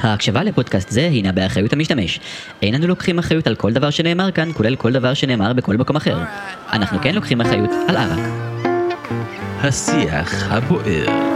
ההקשבה לפודקאסט זה הינה באחריות המשתמש. אין אנו לוקחים אחריות על כל דבר שנאמר כאן, כולל כל דבר שנאמר בכל מקום אחר. אנחנו כן לוקחים אחריות על ערק. השיח הבוער.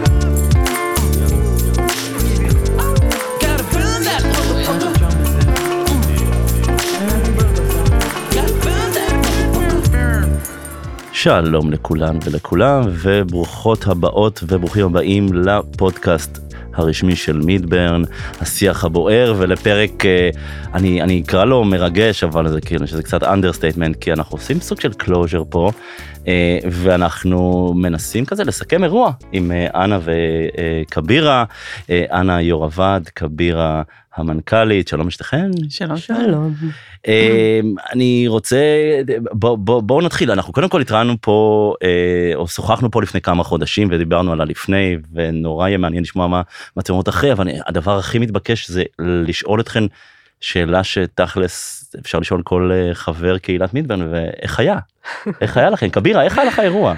שלום לכולן ולכולם, וברוכות הבאות וברוכים הבאים לפודקאסט הרשמי של מידברן, השיח הבוער, ולפרק, אני אקרא לו מרגש, אבל זה כאילו, שזה קצת אנדרסטייטמנט, כי אנחנו עושים סוג של קלוז'ר פה, ואנחנו מנסים כזה לסכם אירוע עם אנה וקבירה, אנה יו"ר הוועד, קבירה המנכ"לית, שלום שתיכן. שלום. שלום. אני רוצה, בואו נתחיל, אנחנו קודם כל התראינו פה, או שוחחנו פה לפני כמה חודשים, ודיברנו על הלפני, ונורא יהיה מעניין לשמוע מה אתם אומרות אחרי, אבל הדבר הכי מתבקש זה לשאול אתכן שאלה שתכלס אפשר לשאול כל חבר קהילת מידברן, ואיך היה? איך היה לכם? קבירה, איך היה לך האירוע?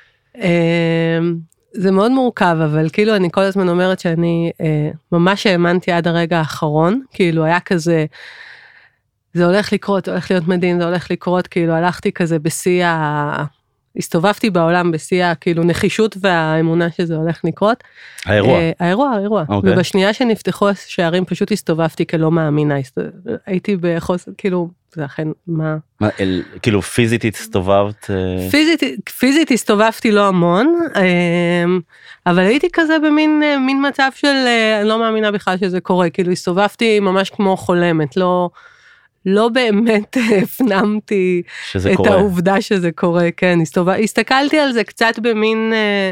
זה מאוד מורכב, אבל כאילו אני כל הזמן אומרת שאני ממש האמנתי עד הרגע האחרון, כאילו היה כזה, זה הולך לקרות, הולך להיות מדהים, זה הולך לקרות, כאילו הלכתי כזה בשיא, הסתובבתי בעולם בשיא, כאילו נחישות והאמונה שזה הולך לקרות. האירוע? האירוע. ובשנייה שנפתחו השערים פשוט הסתובבתי כלא מאמינה, הייתי בחוסר, כאילו, זה אכן מה... כאילו פיזית הסתובבת? פיזית הסתובבתי לא המון, אבל הייתי כזה במין מצב של, אני לא מאמינה בכלל שזה קורה, כאילו הסתובבתי ממש כמו חולמת, לא באמת הפנמתי את העובדה שזה קורה, כן, הסתכלתי על זה קצת במין,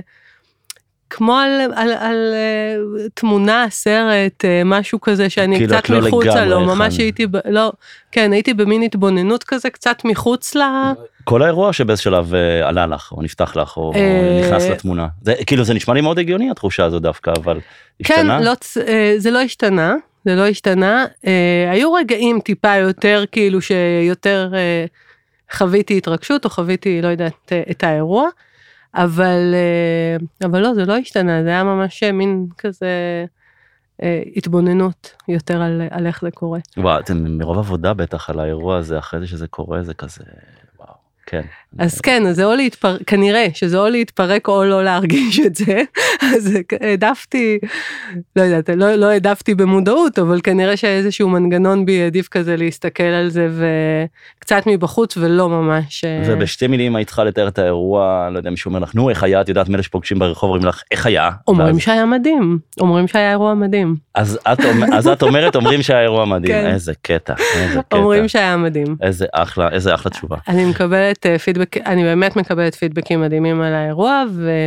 כמו על תמונה, סרט, משהו כזה שאני קצת מחוצה לו, ממש הייתי במין התבוננות כזה, קצת מחוץ כל האירוע שבאיזה שלב עלה לך, או נפתח לך, או נכנס לתמונה. כאילו זה נשמע לי מאוד הגיוני התחושה הזו דווקא, אבל השתנה? כן, זה לא השתנה, היו רגעים טיפה יותר, כאילו שיותר חוויתי התרגשות, או חוויתי, לא יודעת, את האירוע, אבל לא, זה לא השתנה, זה היה ממש מין כזה התבוננות יותר על איך זה קורה. וואו, אתם מרוב עבודה בטח על האירוע הזה, אחרי זה שזה קורה, זה כזה, וואו, כן. אז כן, אז זה או להתפרק, כנראה שזה או להתפרק או לא להרגיש את זה, אז העדפתי, לא יודעת, לא העדפתי במודעות, אבל כנראה שאיזשהו מנגנון בי עדיף כזה להסתכל על זה, וקצת מבחוץ ולא ממש... ובשתי מילים היית צריכה לתאר את האירוע, לא יודע, מישהו אומר לך, נו, איך היה? את יודעת, מלא שפוגשים ברחוב, אומרים לך, איך היה? אומרים שהיה מדהים, אומרים שהיה אירוע מדהים. אז את אומרת, אומרים שהיה אירוע מדהים, איזה קטע, איזה קטע. אומרים שהיה מדהים. איזה אחלה תשובה. אני מקבלת פידבק, אני באמת מקבלת פידבקים מדהימים על האירוע,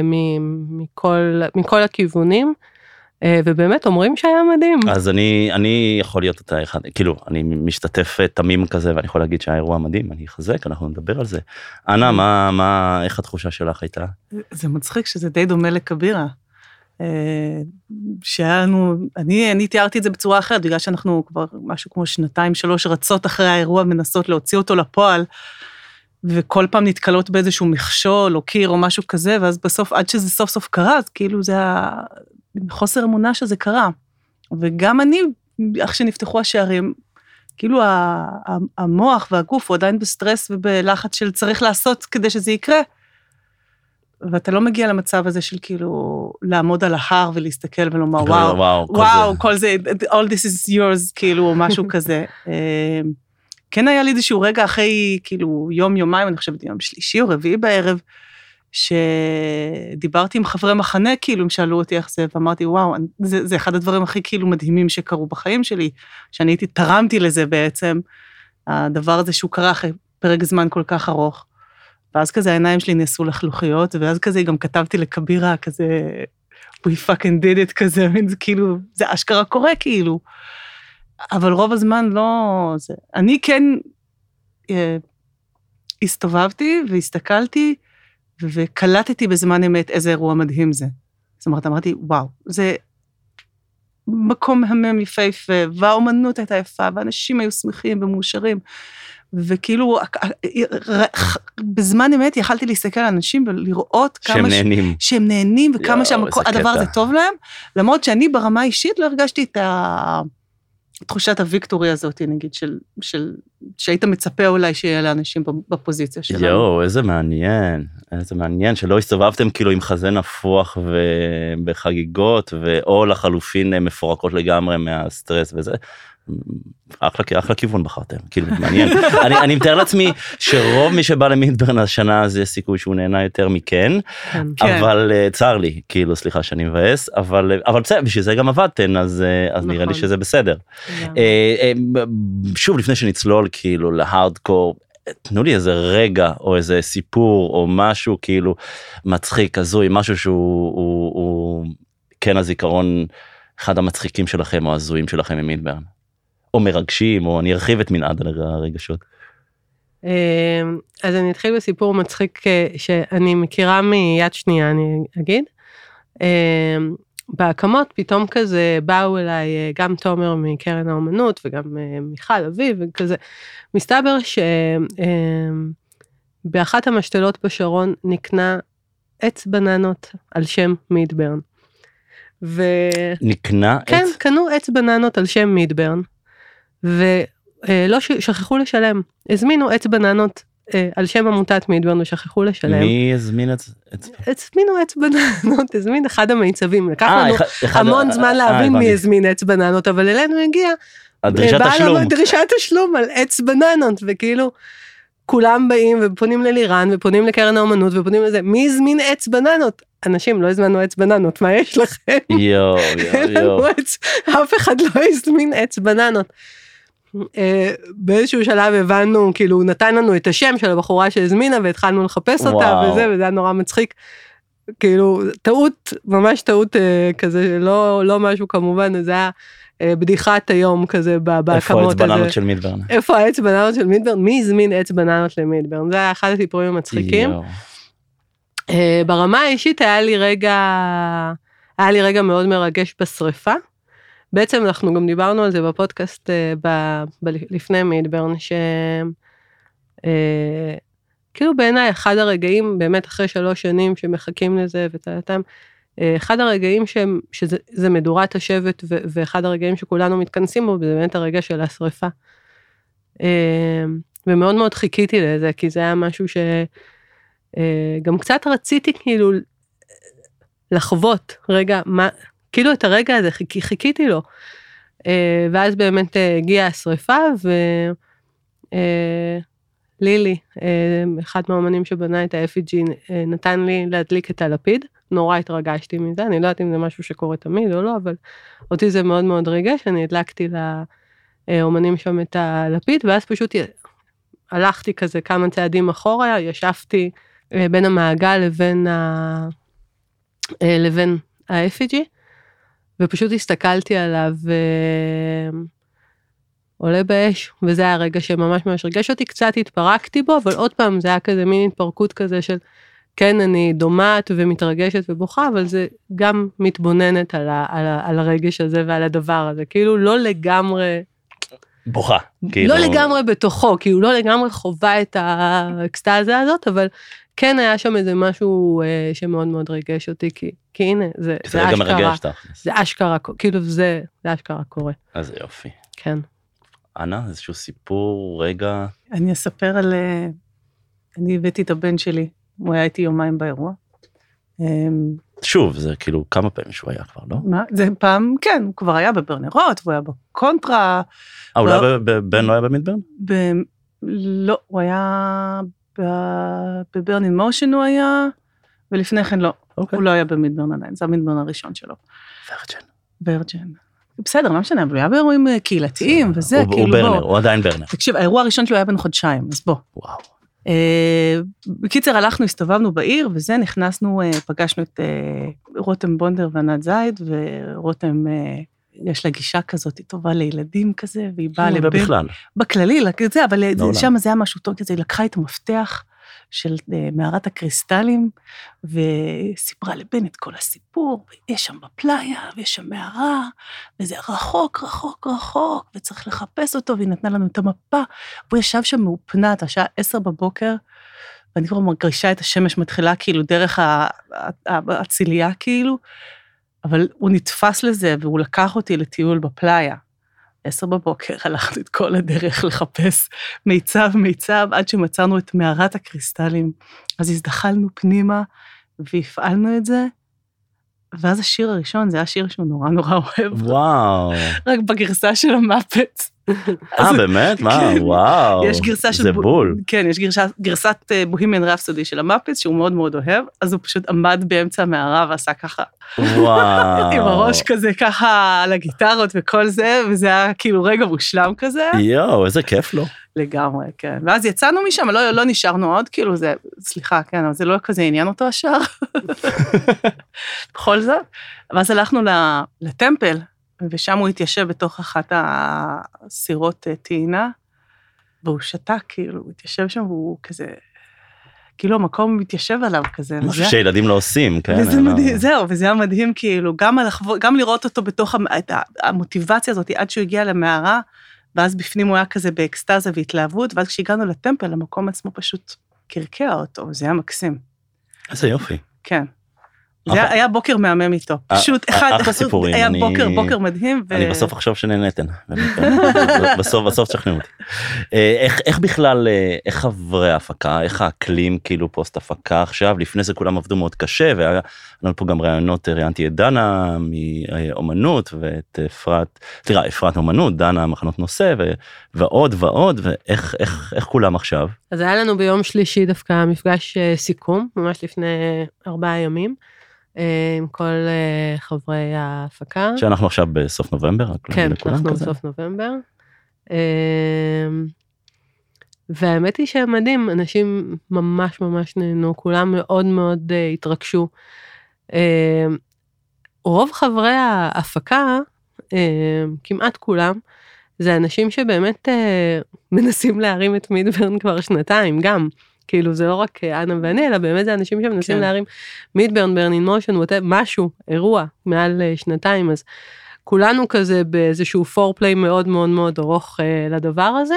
ומכל הכיוונים, ובאמת אומרים שהיה מדהים. אז אני יכול להיות אותה אחד, כאילו, אני משתתף תמים כזה, ואני יכול להגיד שהאירוע מדהים, אני אחזק, אנחנו נדבר על זה. אנה, איך התחושה שלך הייתה? זה מצחיק שזה די דומה לקבירה. שאנו, אני תיארתי את זה בצורה אחרת, בגלל שאנחנו כבר משהו כמו 2-3 רצות אחרי האירוע, מנסות להוציא אותו לפועל, וכל פעם נתקלות באיזשהו מכשול, או קיר, או משהו כזה, ואז בסוף, עד שזה סוף סוף קרה, אז כאילו זה חוסר אמונה שזה קרה. וגם אני, איך שנפתחו השערים, כאילו המוח והגוף הוא עדיין בסטרס ובלחץ של צריך לעשות כדי שזה יקרה, ואתה לא מגיע למצב הזה של כאילו לעמוד על ההר ולהסתכל ולומר וואו, כל זה, all this is yours, כאילו, או משהו כזה. כן היה לי איזשהו רגע אחרי, כאילו, יום-יומיים, אני חושבת, יום שלישי או רביעי בערב, שדיברתי עם חברי מחנה, כאילו, הם שאלו אותי איך זה, ואמרתי, וואו, זה אחד הדברים הכי כאילו מדהימים שקרו בחיים שלי, שאני תרמתי לזה בעצם, הדבר הזה שהוא קרה אחרי פרק זמן כל כך ארוך, ואז כזה העיניים שלי נעשו לחלוכיות, ואז כזה גם כתבתי לקבירה, כזה, we fucking did it, כזה, זה כאילו, זה אשכרה קורה, כאילו, אבל רוב הזמן לא, זה, אני כן הסתובבתי והסתכללתי, וקלטתי בזמן אמת איזה אירוע מדהים זה. זאת אומרת, אמרתי, וואו, זה מקום מהמם יפהפה, והאומנות הייתה יפה, ואנשים היו שמחים ומאושרים, וכאילו, בזמן אמת יכלתי להסתכל על אנשים ולראות כמה שהם נהנים, וכמה שהדבר הזה טוב להם, למרות שאני ברמה האישית לא הרגשתי את תחושת הוויקטורי הזאת, נגיד, שהיית מצפה אולי שיהיה לאנשים בפוזיציה שלנו. יואו, איזה מעניין שלא הסתובבתם כאילו עם חזה נפוח ובחגיגות, או לחלופין מפורקות לגמרי מהסטרס וזה. אחלה כיוון בחרתם, כאילו מעניין. אני מתאר לעצמי שרוב מי שבא למידברן השנה זה סיכוי שהוא נהנה יותר מכן, אבל צר לי, כאילו סליחה שאני מבאס, אבל בסדר, בשביל זה גם עבדתן, אז נראה לי שזה בסדר. שוב, לפני שנצלול כאילו להארדקור, תנו לי איזה רגע או איזה סיפור או משהו כאילו מצחיק, הזוי, משהו שהוא כן הזיכרון, אחד המצחיקים שלכם או הזויים שלכם ממידברן. או מרגשים, או אני ארחיב את מנעד על הרגשות. אז אני אתחיל בסיפור מצחיק שאני מכירה מיד שנייה, אני אגיד. בהקמות פתאום כזה באו אליי גם תומר מקרן האומנות, וגם מיכל אביב, וכזה. מסתבר שבאחת המשתלות בשרון נקנה עץ בננות על שם מידברן. נקנה כן, עץ? קנו עץ בננות על שם מידברן. ולא שכחו לשלם, הזמינו עץ בננות על שם עמותת מידברן ושכחו לשלם. מי הזמין הזמינו עץ בננות, הזמין אחד המיצבים, לקח לנו המון זמן להבין מי הזמין עץ בננות, אבל אלינו הגיע דרישת תשלום על עץ בננות, וכאילו כולם באים ופונים ללירן ופונים לקרן האומנות ופונים לזה, מי הזמין עץ בננות? אנשים, לא הזמנו עץ בננות, מה יש לכם? אף אחד לא הזמין עץ בננות. באיזשהו שלב הבנו, כאילו, נתן לנו את השם של הבחורה שהזמינה, והתחלנו לחפש אותה, וזה היה נורא מצחיק. כאילו, טעות, ממש טעות כזה, לא משהו כמובן, זה היה בדיחת היום כזה, בהקמות הזה. איפה העץ בננות של מידברן? איפה העץ בננות של מידברן? מי הזמין עץ בננות למידברן? זה היה אחד הסיפורים המצחיקים. ברמה האישית היה לי רגע מאוד מרגש בשריפה. בעצם אנחנו גם דיברנו על זה בפודקאסט לפני מידברן, כאילו בעיניי אחד הרגעים, באמת אחרי 3 שנים שמחכים לזה ותאתם, אחד הרגעים שזה מדורת השבט, ואחד הרגעים שכולנו מתכנסים בו, זה באמת הרגע של השריפה. ומאוד מאוד חיכיתי לזה, כי זה היה משהו גם קצת רציתי כאילו לחוות רגע, כאילו את הרגע הזה חיכיתי לו, ואז באמת הגיעה השריפה, ולילי, אחד מהאומנים שבנה את ה-FEG, נתן לי להדליק את הלפיד, נורא התרגשתי מזה, אני לא יודעת אם זה משהו שקורה תמיד או לא, אבל אותי זה מאוד מאוד ריגש, אני הדלקתי לאומנים שם את הלפיד, ואז פשוט הלכתי כזה כמה צעדים אחורה, ישבתי בין המעגל לבין ה-FEG, ופשוט הסתכלתי עליו עולה באש, וזה היה הרגע שממש ממש רגש אותי, קצת התפרקתי בו, אבל עוד פעם זה היה כזה מין התפרקות כזה של, כן, אני דומעת ומתרגשת ובוכה, אבל זה גם מתבוננת על הרגש הזה ועל הדבר הזה, כאילו לא לגמרי בוכה. לא לגמרי בתוכו, כאילו לא לגמרי חובה את האקסטאזה הזאת, אבל כן היה שם איזה משהו שמאוד מאוד ריגש אותי, כי הנה, זה אשכרה. זה אשכרה, כאילו זה אשכרה קורה. אז יופי. כן. אנה, איזשהו סיפור, רגע. אני אספר על, אני הבאתי את הבן שלי, הוא היה איתי יומיים באירוע. שוב, זה כאילו כמה פעמים שהוא היה כבר, לא? מה? זה פעם, כן, הוא כבר היה בברנרות, והוא היה בקונטרה. בן לא היה במידברן? לא, הוא היה בברן אין מושן הוא היה, ולפני כן לא. הוא לא היה במידברן עדיין, זה המידברן הראשון שלו. ורג'ן. בסדר, לא משנה, אבל הוא היה באירועים קהילתיים, וזה כאילו הוא ברנר, הוא עדיין ברנר. תקשיב, האירוע הראשון שלו היה בן חודשיים, אז בוא. וואו. בקיצר, הלכנו, הסתובבנו בעיר, וזה, נכנסנו, פגשנו את רותם בונדר וענת זייד, ורותם, יש לה גישה כזאת, היא טובה לילדים כזה, והיא באה לבן. בכלל. בכללי, אבל שם זה היה משהו טוב כזה, היא לקחה את המפתח, של מערת הקריסטלים, וסיפרה לבן את כל הסיפור, ויש שם בפלאיה, ויש שם מערה, וזה רחוק, רחוק, רחוק, וצריך לחפש אותו, והיא נתנה לנו את המפה, והוא ישב שם מאופנת, השעה 10 בבוקר, ואני כבר מרגישה את השמש מתחילה כאילו דרך הציליה כאילו, אבל הוא נתפס לזה, והוא לקח אותי לטיול בפלאיה. 10 בבוקר הלכנו את כל הדרך לחפש מיצב, עד שמצאנו את מערת הקריסטלים. אז הזדחלנו פנימה, והפעלנו את זה, ואז השיר הראשון, זה היה שיר שהוא נורא נורא אוהב. וואו. רק בגרסה של המפץ. באמת? מה? וואו. יש גרסה של... זה בול. כן, יש גרסת בוהמיאן רפסודי של המפץ, שהוא מאוד מאוד אוהב, אז הוא פשוט עמד באמצע המערה ועשה ככה. וואו. עם הראש כזה ככה על הגיטרות וכל זה, וזה היה כאילו רגע מושלם כזה. יואו, איזה כיף לו. לגמרי, כן. ואז יצאנו משם, לא נשארנו עוד, כאילו זה, סליחה, כן, אבל זה לא כזה עניין אותו השאר. בכל זאת. ואז הלכנו לטמפל, ושם הוא התיישב בתוך אחת הסירות טעינה, והוא שתק, כאילו, הוא התיישב שם, והוא כזה, כאילו המקום מתיישב עליו כזה. משהו שילדים לא עושים, כן. וזה מדהים, זהו, וזה היה מדהים, כאילו, גם לראות אותו בתוך המוטיבציה הזאת, עד שהוא הגיע למערה, ואז בפנים הוא היה כזה באקסטאזה והתלהבות, ואז כשהגענו לטמפל, המקום עצמו פשוט קרקע אותו, וזה היה מקסים. איזה יופי. כן. זה היה בוקר מהמם איתו. פשוט אחלה סיפורים. היה בוקר מדהים. אני בסוף עכשיו שנהנתן. בסוף תשכנעו אותי. איך בכלל, איך חברי ההפקה, איך האקלים כאילו פוסט הפקה עכשיו, לפני זה כולם עבדו מאוד קשה, והיה לנו פה גם ראיינתי את דנה מאומנות, ואת אפרת מאומנות, דנה מחנות נושא, ועוד ועוד, ואיך כולם עכשיו? אז היה לנו ביום שלישי דווקא מפגש סיכום, ממש לפני 4 ימים, עם כל חברי ההפקה. שאנחנו עכשיו בסוף נובמבר. כן, אנחנו בסוף נובמבר. והאמת היא שהם מדהים, אנשים ממש ממש נהנו, כולם מאוד מאוד התרגשו. רוב חברי ההפקה, כמעט כולם, זה אנשים שבאמת מנסים להרים את מידברן כבר 2 גם. כאילו זה לא רק אנה ואני, אלא באמת זה אנשים שמנסים להרים מידברן, ברנין מושן, משהו, אירוע, מעל 2, אז כולנו כזה באיזשהו פורפליי מאוד מאוד מאוד ארוך לדבר הזה,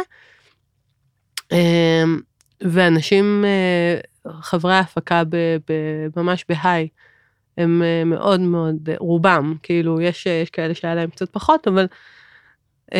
ואנשים, חברי ההפקה ממש בהיי, הם מאוד מאוד, רובם, כאילו יש כאלה שהיה להם קצת פחות, אבל 90%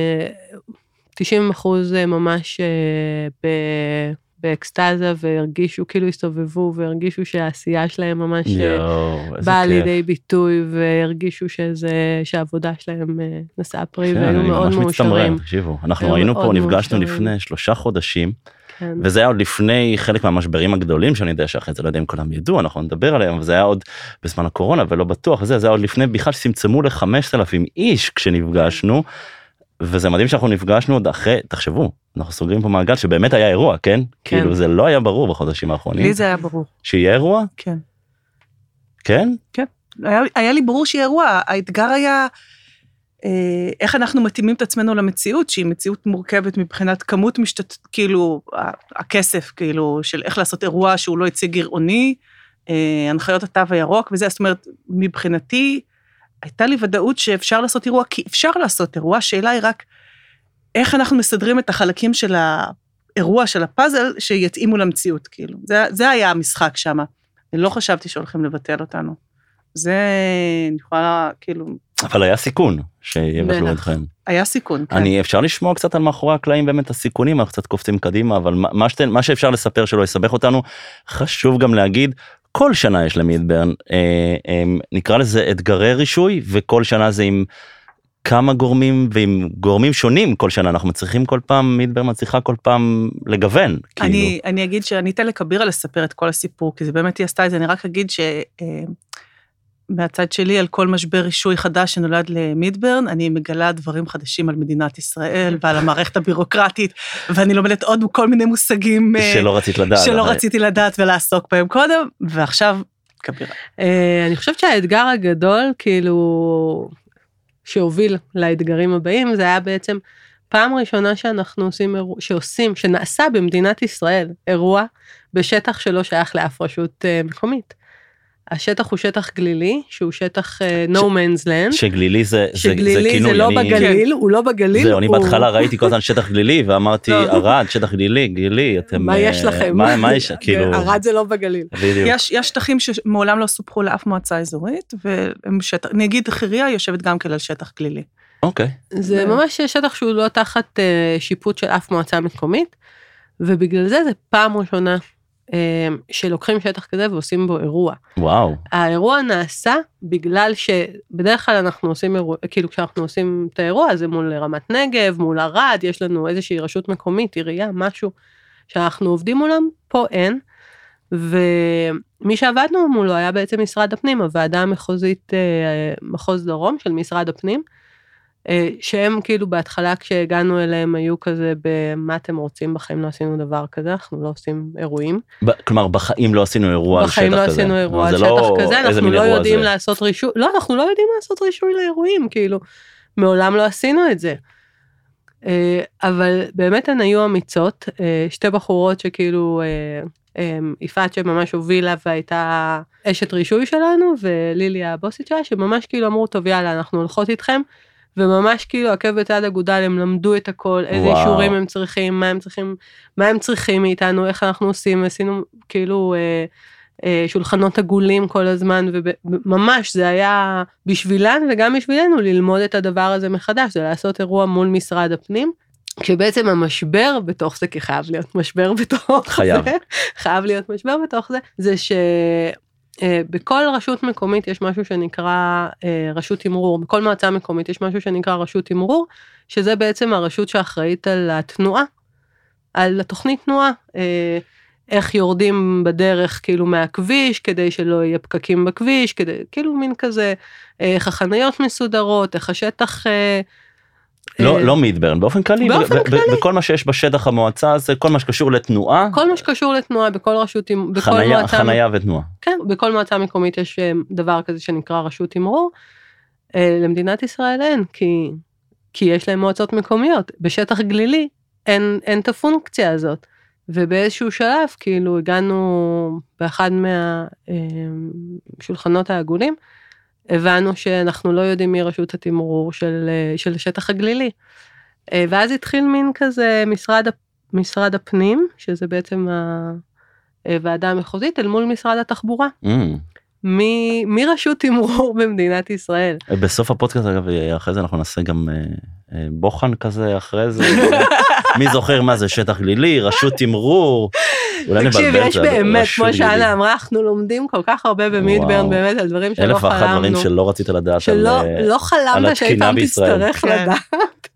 ממש באקסטאזה, והרגישו, כאילו הסתובבו, והרגישו שהעשייה שלהם ממש באה לידי ביטוי, והרגישו שהעבודה שלהם נשאה פרי, והיו מאוד מאושרים. אנחנו היינו פה, נפגשנו לפני 3 חודשים, וזה היה עוד לפני חלק מהמשברים הגדולים, שאני יודע שאחרי זה לא יודע אם כולם ידעו, אנחנו נדבר עליהם, אבל זה היה עוד בזמן הקורונה, ולא בטוח, זה היה עוד לפני בכלל שצמצמו ל5,000 איש כשנפגשנו, וזה מדהים שאנחנו נפגשנו עוד אחרי, תחשבו, אנחנו סוגרים פה מעגל שבאמת היה אירוע, כן? כאילו זה לא היה ברור בחודשים האחרונים. לי זה היה ברור. שיהיה אירוע? כן. כן? כן. היה לי ברור שיהיה אירוע, האתגר היה, איך אנחנו מתאימים את עצמנו למציאות, שהיא מציאות מורכבת מבחינת כמות כאילו, הכסף, כאילו, של איך לעשות אירוע שהוא לא יצא גרעוני, הנחיות התו הירוק וזה, זאת אומרת, מבחינתי, הייתה לי ודאות שאפשר לעשות אירוע, כי אפשר לעשות אירוע, השאלה היא רק, איך אנחנו מסדרים את החלקים של האירוע, של הפאזל, שיתאימו למציאות, כאילו. זה היה המשחק שם. אני לא חשבתי שהולכים לבטל אותנו. זה, אני יכולה, כאילו... אבל היה סיכון שיבטלו אתכם. היה סיכון, כן. אפשר לשמוע קצת על מאחורי הקלעים באמת הסיכונים, אנחנו קצת קופצים קדימה, אבל מה שאפשר לספר שלא יסבך אותנו, חשוב גם להגיד, כל שנה יש למידברן, נקרא לזה אתגרי רישוי, וכל שנה זה עם כמה גורמים, ועם גורמים שונים כל שנה, אנחנו מצליחים כל פעם, מידברן מצליחה כל פעם לגוון. אני אגיד שאני אתן לקבירה לספר את כל הסיפור, כי זה באמת היא עשתה את זה, אני רק אגיד מהצד שלי, על כל משבר רישוי חדש שנולד למידברן, אני מגלה דברים חדשים על מדינת ישראל, ועל המערכת הבירוקרטית, ואני לומדת עוד כל מיני מושגים, שלא רציתי לדעת ולעסוק בהם קודם, ועכשיו, קבירה. אני חושבת שהאתגר הגדול, כאילו, שהוביל לאתגרים הבאים, זה היה בעצם פעם ראשונה שאנחנו שנעשה במדינת ישראל אירוע, בשטח שלא שייך לאף רשות מקומית. השטח הוא שטח גלילי, שהוא שטח no man's land. שגלילי זה שגלילי זה לא בגליל, הוא לא בגליל. זהו, אני בהתחלה ראיתי כל הזמן שטח גלילי, ואמרתי, ערד, שטח גלילי, אתם... מה יש לכם? מה יש, כאילו... ערד זה לא בגליל. בדיוק. יש שטחים שמעולם לא סופחו לאף מועצה אזורית, נגיד חירייה יושבת גם כן על שטח גלילי. אוקיי. זה ממש שטח שהוא לא תחת שיפוט של אף מועצה מקומית, ובגלל זה פעם ראשונה שלוקחים שטח כזה ועושים בו אירוע. וואו. האירוע נעשה בגלל שבדרך כלל אנחנו עושים אירוע, כאילו כשאנחנו עושים את האירוע, זה מול רמת נגב, מול ערד, יש לנו איזושהי רשות מקומית, עירייה, משהו שאנחנו עובדים מולם, פה אין. ומי שעבדנו מולו היה בעצם משרד הפנים, הוועדה המחוזית, מחוז דרום של משרד הפנים, שהם כאילו בהתחלה כשהגענו אליהם היו כזה במה אתם רוצים, בחיים לא עשינו דבר כזה, אנחנו לא עושים אירועים. כלומר בחיים לא עשינו אירוע על שטח כזה. בחיים לא עשינו אירוע על שטח כזה, אנחנו לא יודעים לעשות רישוי, לא, אנחנו לא יודעים לעשות רישוי לאירועים, כאילו, מעולם לא עשינו את זה. אבל באמת הן היו אמיצות, שתי בחורות שכאילו, יפעת שממש הובילה והייתה אשת רישוי שלנו, וליליה הבוסית שלה, שממש כאילו אמרו, טוב יאללה, אנחנו הולכות איתכם, וממש כאילו עקב בצד אגודל, הם למדו את הכל, איזה אישורים הם צריכים, מה הם צריכים מאיתנו, איך אנחנו עושים, עשינו כאילו שולחנות עגולים כל הזמן, וממש זה היה בשבילן וגם בשבילנו ללמוד את הדבר הזה מחדש, זה לעשות אירוע מול משרד הפנים, כשבעצם המשבר בתוך זה, כי חייב להיות משבר בתוך זה, חייב להיות משבר בתוך זה, זה ש... בכל רשות מקומית יש משהו שנקרא רשות תמרור, בכל מועצה מקומית יש משהו שנקרא רשות תמרור, שזה בעצם הרשות שאחראית על התנועה, על התוכנית תנועה, איך יורדים בדרך כאילו מהכביש, כדי שלא יהיה פקקים בכביש, כדי, כאילו מין כזה, איך החניות מסודרות, איך השטח... לא מידברן, באופן כללי, בכל מה שיש בשטח המועצה, זה כל מה שקשור לתנועה. כל מה שקשור לתנועה, בכל רשות, חנייה ותנועה. כן, בכל מועצה מקומית יש דבר כזה שנקרא רשות תמרור. למדינת ישראל אין, כי יש להם מועצות מקומיות. בשטח גלילי אין את הפונקציה הזאת. ובאיזשהו שלב, כאילו, הגענו באחד מהשולחנות העגולים, הבנו שאנחנו לא יודעים מי רשות התמרור של שטח הגלילי. ואז התחיל מין כזה משרד הפנים, שזה בעצם הוועדה המחוזית, אל מול משרד התחבורה. מי רשות תמרור במדינת ישראל? בסוף הפודקאסט, אגב, אחרי זה אנחנו נעשה גם בוחן כזה, אחרי זה. מי זוכר מה זה שטח גלילי, רשות תמרור. תקשיב, יש באמת, כמו שאנה אמרה, אנחנו לומדים כל כך הרבה במידברן, באמת, על דברים שלא חלמנו. 1,001 דברים שלא רצית לדעת שלא חלמת שאיתם תצטרך לדעת.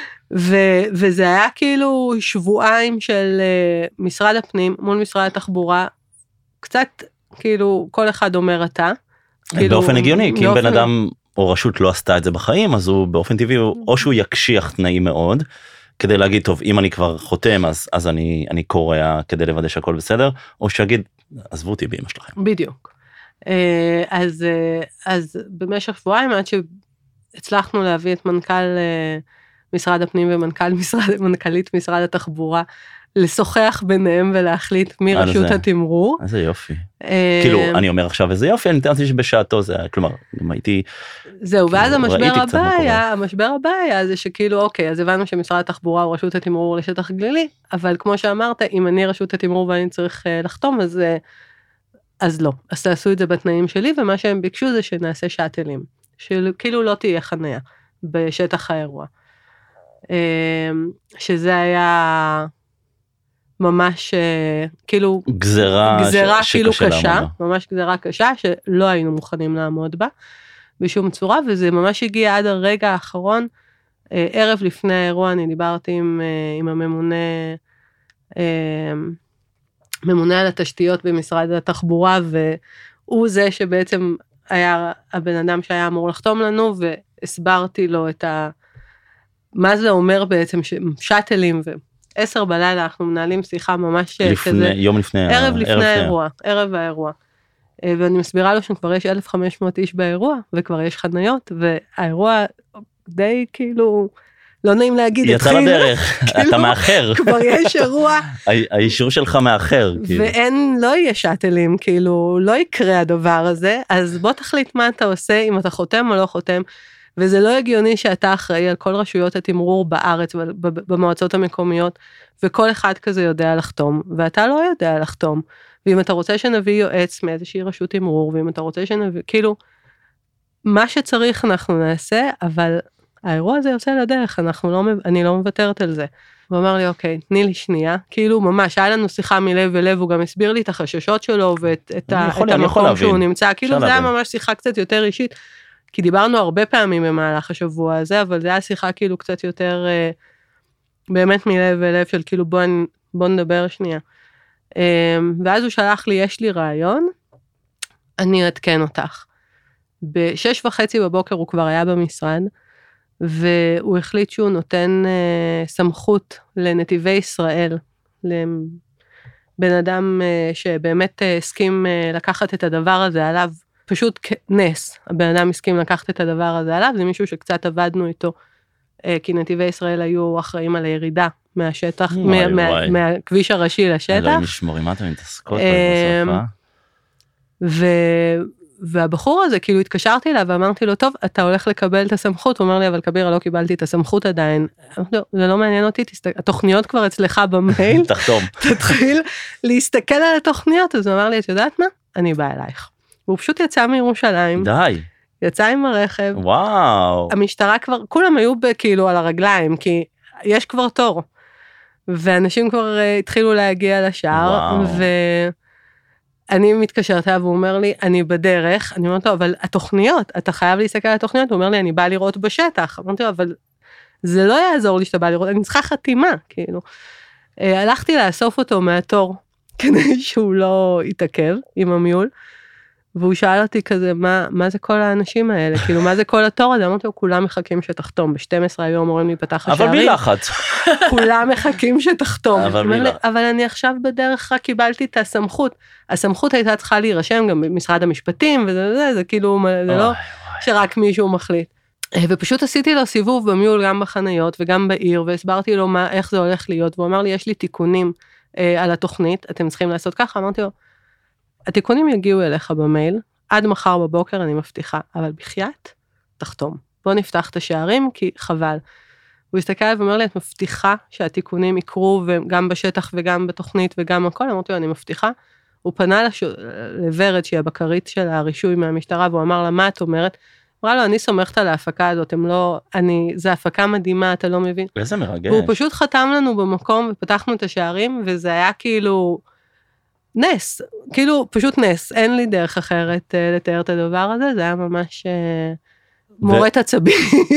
וזה היה כאילו שבועיים של משרד הפנים מול משרד התחבורה, קצת כאילו כל אחד אומר אתה. באופן הגיוני, כי אם בן אדם או רשות לא עשתה את זה בחיים, אז הוא באופן טבעי, או שהוא יקשיח תנאים מאוד, כדי להגיד, טוב, אם אני כבר חותם, אז אני קורא כדי לוודא שהכל בסדר, או שיגיד, עזבו אותי באמא שלכם. בדיוק. אז במשך שבועיים, עד שהצלחנו להביא את מנכ"ל משרד הפנים ומנכ"לית משרד התחבורה, לשוחח ביניהם ולהחליט מי רשות התמרור. איזה יופי. כאילו, אני אומר עכשיו איזה יופי, אני נתנתי שבשעתו זה, כלומר, גם הייתי... זהו, ואז המשבר הבא היה זה שכאילו, אוקיי, אז הבנו שמשרד התחבורה הוא רשות התמרור לשטח גלילי, אבל כמו שאמרת, אם אני רשות התמרור ואני צריך לחתום, אז לא. אז תעשו את זה בתנאים שלי, ומה שהם ביקשו זה שנעשה שאטלים, שכאילו לא תהיה חניה בשטח האירוע. שזה היה... ממש כאילו גזרה כאילו קשה, ממש גזרה קשה שלא היינו מוכנים לעמוד בה בשום צורה, וזה ממש הגיע עד הרגע האחרון, ערב לפני האירוע אני דיברתי עם הממונה על התשתיות במשרד התחבורה, והוא זה שבעצם היה הבן אדם שהיה אמור לחתום לנו, והסברתי לו מה זה אומר בעצם שאטלים 10 בלילה אנחנו מנהלים שיחה ממש כזה, יום לפני, ערב האירוע, ואני מסבירה לו שכבר יש 1,500 איש באירוע, וכבר יש חניות, והאירוע די כאילו לא נעים להגיד, יצא לדרך, אתה מאחר. כבר יש אירוע. האישור שלך מאחר. ואין, לא יהיה שאטלים, כאילו, לא יקרה הדבר הזה, אז בוא תחליט מה אתה עושה, אם אתה חותם או לא חותם, וזה לא הגיוני שאתה אחראי על כל רשויות התמרור בארץ, במועצות המקומיות, וכל אחד כזה יודע לחתום, ואתה לא יודע לחתום. ואם אתה רוצה שנביא יועץ מאיזושהי רשות תמרור, ואם אתה רוצה שנביא, כאילו, מה שצריך אנחנו נעשה, אבל האירוע הזה יוצא לדרך, אני לא מוותרת על זה. הוא אמר לי, אוקיי, תני לי שנייה, כאילו ממש, היה לנו שיחה מלב ולב, הוא גם הסביר לי את החששות שלו, ואת המקום שהוא נמצא, כאילו זה היה ממש שיחה קצת יותר אישית, כי דיברנו הרבה פעמים במהלך השבוע הזה, אבל זה היה שיחה כאילו קצת יותר, באמת מלב ולב, של כאילו בוא נדבר שנייה. ואז הוא שלח לי, יש לי רעיון, אני אעדכן אותך. ב6:30 בבוקר הוא כבר היה במשרד, והוא החליט שהוא נותן סמכות לנתיבי ישראל, לבן אדם שבאמת הסכים לקחת את הדבר הזה עליו, פשוט נס, הבן אדם הסכים לקחת את הדבר הזה עליו, זה מישהו שקצת עבדנו איתו, כי נתיבי ישראל היו אחראים על הירידה מהשטח, מהכביש הראשי לשטח. אלוהים ישמורים, מה אתם מתעסקות בסופה? והבחור הזה, כאילו התקשרתי אליו ואמרתי לו, טוב, אתה הולך לקבל את הסמכות, הוא אומר לי, אבל כבירה, לא קיבלתי את הסמכות עדיין. זה לא מעניין אותי, התוכניות כבר אצלך במייל. תחתום. תתחיל להסתכל על התוכניות, אז הוא אמר לי, את יודעת מה? אני באה אלייך. והוא פשוט יצא מירושלים. די. יצא עם הרכב. וואו. המשטרה כבר, כולם היו כאילו על הרגליים, כי יש כבר תור. ואנשים כבר התחילו להגיע לשער, אני מתקשרת אליו, והוא אומר לי, אני בדרך, אני אומרת לו, אבל התוכניות, אתה חייב להסתכל על התוכניות, הוא אומר לי, אני באה לראות בשטח, אמרתי לו, אבל זה לא יעזור לי שאתה בא לראות, אני צריכה חתימה, כאילו. הלכתי לאסוף אותו מהתור, כדי שהוא לא יתעכב עם המיול, והוא שאל אותי כזה, מה זה כל האנשים האלה, כאילו, מה זה כל התור הזה, אמרתי לו, כולם מחכים שתחתום, ב-12 היו אמורים להיפתח השערים. אבל מלחץ. כולם מחכים שתחתום. אבל אני עכשיו בדרך רק קיבלתי את הסמכות. הסמכות הייתה צריכה להירשם גם במשרד המשפטים, וזה כאילו, זה לא שרק מישהו מחליט. ופשוט עשיתי לו סיבוב במיול גם בחניות וגם בעיר, והסברתי לו איך זה הולך להיות, והוא אמר לי, יש לי תיקונים על התוכנית, אתם צריכים לעשות ככה, אמרתי לו, התיקונים יגיעו אליך במייל, עד מחר בבוקר אני מבטיחה, אבל בחייאת, תחתום. בוא נפתח את השערים, כי חבל. הוא הסתכל עליו ואומר לי, את מבטיחה שהתיקונים יקרו, וגם בשטח וגם בתוכנית וגם הכל, אמרתי לו, אני מבטיחה. הוא פנה לוורד, שהיא הבקרית של הרישוי מהמשטרה, והוא אמר לה, מה את אומרת? אמרה לו, אני סומכת על ההפקה הזאת, זה הפקה מדהימה, אתה לא מבין? איזה מרגש. והוא פשוט חתם לנו במקום, ופתחנו את השערים, וזה היה כאילו נס, כאילו פשוט נס, אין לי דרך אחרת לתאר את הדבר הזה, זה היה ממש מורת עצבים.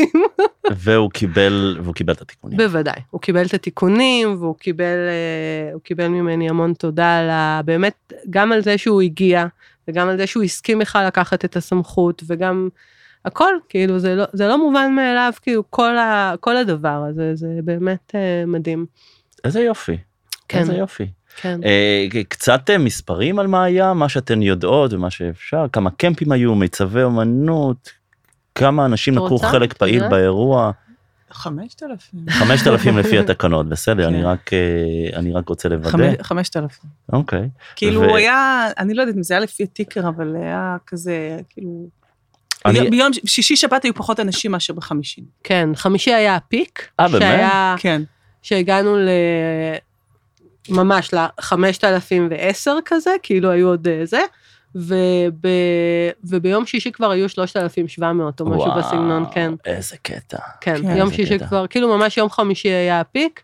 והוא קיבל את התיקונים. בוודאי, הוא קיבל את התיקונים, והוא קיבל ממני המון תודה, באמת, גם על זה שהוא הגיע, וגם על זה שהוא הסכים בכלל לקחת את הסמכות, וגם הכל, כאילו, זה לא מובן מאליו, כאילו, כל הדבר הזה, זה באמת מדהים. איזה יופי. כן. איזה יופי. כן. קצת מספרים על מה היה, מה שאתן יודעות ומה שאפשר, כמה קמפים היו, מיצבי אומנות, כמה אנשים לקחו חלק פעיל באירוע. 5,000. 5,000 לפי התקנות, בסדר, אני רק רוצה לוודא. 5,000. אוקיי. כאילו היה, אני לא יודעת אם זה היה לפי הטיקר, אבל היה כזה, כאילו, ביום שישי שבת היו פחות אנשים מאשר ב50. כן, חמישי היה הפיק. באמת? כן. שהגענו ממש ל-5,010 כזה, כאילו היו עוד זה, וביום שישי כבר היו 3,700 או משהו בסגנון, כן. איזה קטע. כן, יום שישי כבר, כאילו ממש יום חמישי היה הפיק.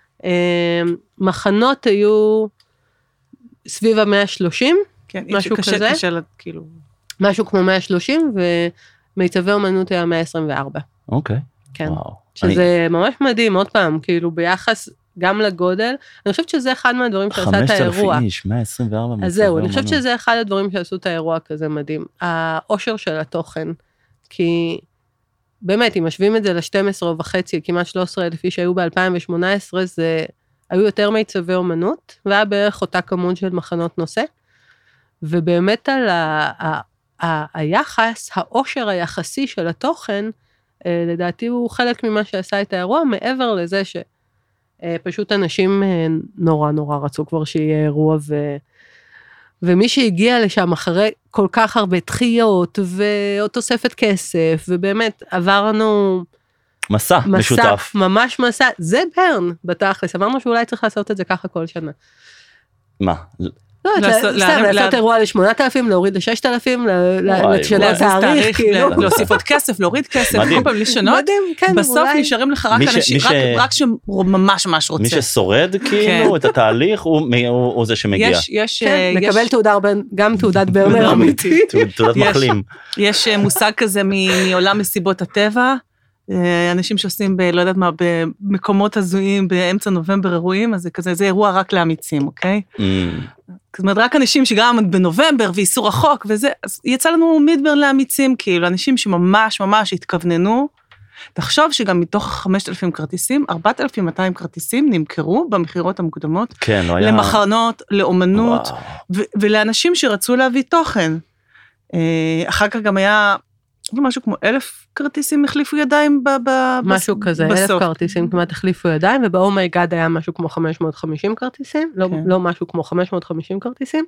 מחנות היו סביב ה-130, משהו כזה. קשה, כאילו. משהו כמו 130, ומיצבי אומנות היה 124. אוקיי. כן. שזה ממש מדהים, עוד פעם, כאילו ביחס גם לגודל, אני חושבת שזה אחד מהדברים שעשה את האירוע. 5,000 איש, 124 מצבי. אז זהו, אני חושבת שזה אחד הדברים שעשו את האירוע כזה מדהים. העושר של התוכן, כי באמת, אם משווים את זה ל-12.5, כמעט 13,000 איש שהיו ב-2018, זה היו יותר מיצבי אומנות, והיה בערך אותה כמות של מחנות נושא, ובאמת על היחס, העושר היחסי של התוכן, לדעתי הוא חלק ממה שעשה את האירוע, מעבר לזה שפשוט אנשים נורא נורא רצו כבר שיהיה אירוע, ומי שהגיע לשם אחרי כל כך הרבה דחיות, ותוספת כסף, ובאמת עברנו מסע משותף. ממש מסע, זה ברן בתכלס, אמרנו שאולי צריך לעשות את זה ככה כל שנה. מה? לא, סתם, לעשות אירוע ל8,000, להוריד ל6,000, לשנות תאריך, להוסיף עוד כסף, להוריד כסף, כל פעם לשנות, בסוף נשארים לך רק אנשים, רק שממש ממש רוצים. מי ששורד כאילו את התהליך, הוא זה שמגיע. מקבל תעודה, גם תעודת ברנר אמיתית. תעודת מחלים. יש מושג כזה מעולם מסיבות הטבע, אנשים שעושים לא יודעת מה, במקומות הזויים באמצע נובמבר אירועים, אז זה אירוע רק לאמיצים, אוקיי? זאת אומרת, רק אנשים שגם בנובמבר ואיסור החוק וזה, אז יצא לנו מידברן לאמיצים, כאילו, אנשים שממש ממש התכווננו, תחשוב שגם מתוך 5,000 כרטיסים, 4,200 כרטיסים נמכרו במחירות המקודמות, כן, לא היה... למחנות, לאומנות, ולאנשים שרצו להביא תוכן. אחר כך גם היה... משהו כמו 1,000 כרטיסים החליפו ידיים משהו כזה, 1,000 כרטיסים כמעט החליפו ידיים, ובאומייגאד היה משהו כמו 550 כרטיסים, לא משהו כמו 550 כרטיסים,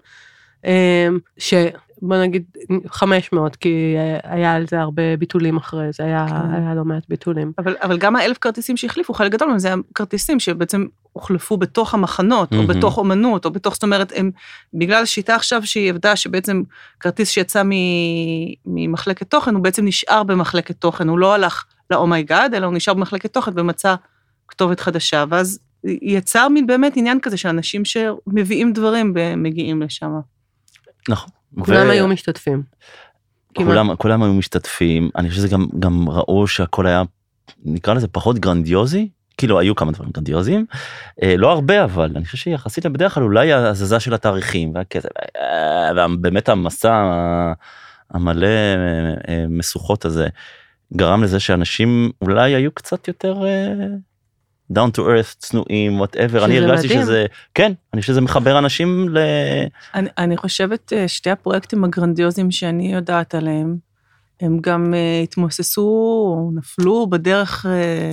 שבוא נגיד 500, כי היה על זה הרבה ביטולים אחרי זה, היה לא מעט ביטולים. אבל גם 1,000 כרטיסים שהחליפו, חלק גדול מהם זה כרטיסים שבעצם הוחלפו בתוך המחנות, או בתוך אומנות, או בתוך, זאת אומרת, בגלל השיטה עכשיו שהיא עבדה, שבעצם כרטיס שיצא ממחלקת תוכן, הוא בעצם נשאר במחלקת תוכן, הוא לא הלך לאומייגאד, אלא הוא נשאר במחלקת תוכן ומצא כתובת חדשה, ואז יצר באמת עניין כזה, שאנשים שמביאים דברים מגיעים לשם. נכון. כולם היו משתתפים. כולם היו משתתפים, אני חושב שזה גם ראו שהכל היה, נקרא לזה פחות גרנדיוזי, כאילו היו כמה דברים גרנדיוזיים, לא הרבה אבל, אני חושב שיחסית בדרך כלל אולי הזזה של התאריכים, ובאמת המסע המלא מסוכות הזה, גרם לזה שאנשים אולי היו קצת יותר... down to earth, צנועים, whatever, אני הרגשתי שזה, כן, אני חושב שזה מחבר אנשים ל... אני חושבת שתי הפרויקטים הגרנדיוזיים שאני יודעת עליהם, הם גם התמוססו, נפלו בדרך,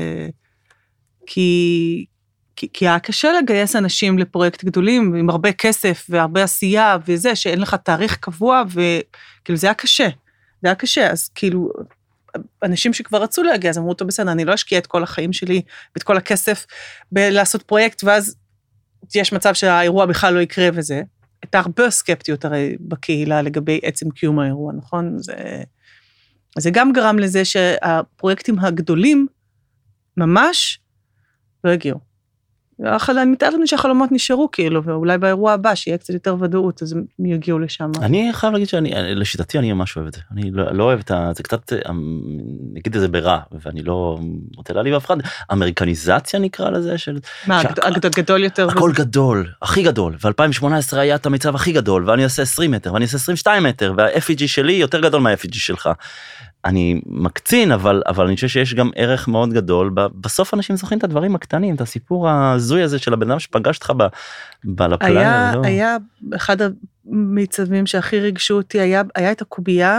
כי היה קשה לגייס אנשים לפרויקט גדולים, עם הרבה כסף והרבה עשייה וזה, שאין לך תאריך קבוע, וכאילו זה היה קשה, זה היה קשה, אז כאילו... אנשים שכבר רצו להגיע, אז אמרו אותו בסדר, אני לא אשקיע את כל החיים שלי, ואת כל הכסף, בלעשות פרויקט, ואז יש מצב שהאירוע בכלל לא יקרה וזה. הייתה הרבה סקפטיות הרי בקהילה, לגבי עצם קיום האירוע, נכון? זה גם גרם לזה שהפרויקטים הגדולים, ממש, לא הגיעו. אני מתארת לנו שהחלומות נשארו כאילו, ואולי באירוע הבא, שיהיה קצת יותר ודאות, אז הם יגיעו לשם. אני חייב להגיד לשיטתי אני ממש אוהב את זה. אני לא אוהב את זה קצת, נגיד את זה ברע, ואני לא רוצה להעליב אף אחד. אמריקניזציה נקרא לזה. מה, הגדול יותר? הכל גדול, הכי גדול. ו-2018 היה את המצב הכי גדול, ואני אעשה 20 מטר, ואני אעשה 22 מטר, וה-FEG שלי יותר גדול מה-FEG שלך. אני מקצין, אבל אני חושב שיש גם ערך מאוד גדול, בסוף אנשים זוכרים את הדברים הקטנים, את הסיפור הזוי הזה של הבן אדם שפגשת לך בלפלאיה. היה אחד המיצבים שהכי ריגשו אותי, היה את הקובייה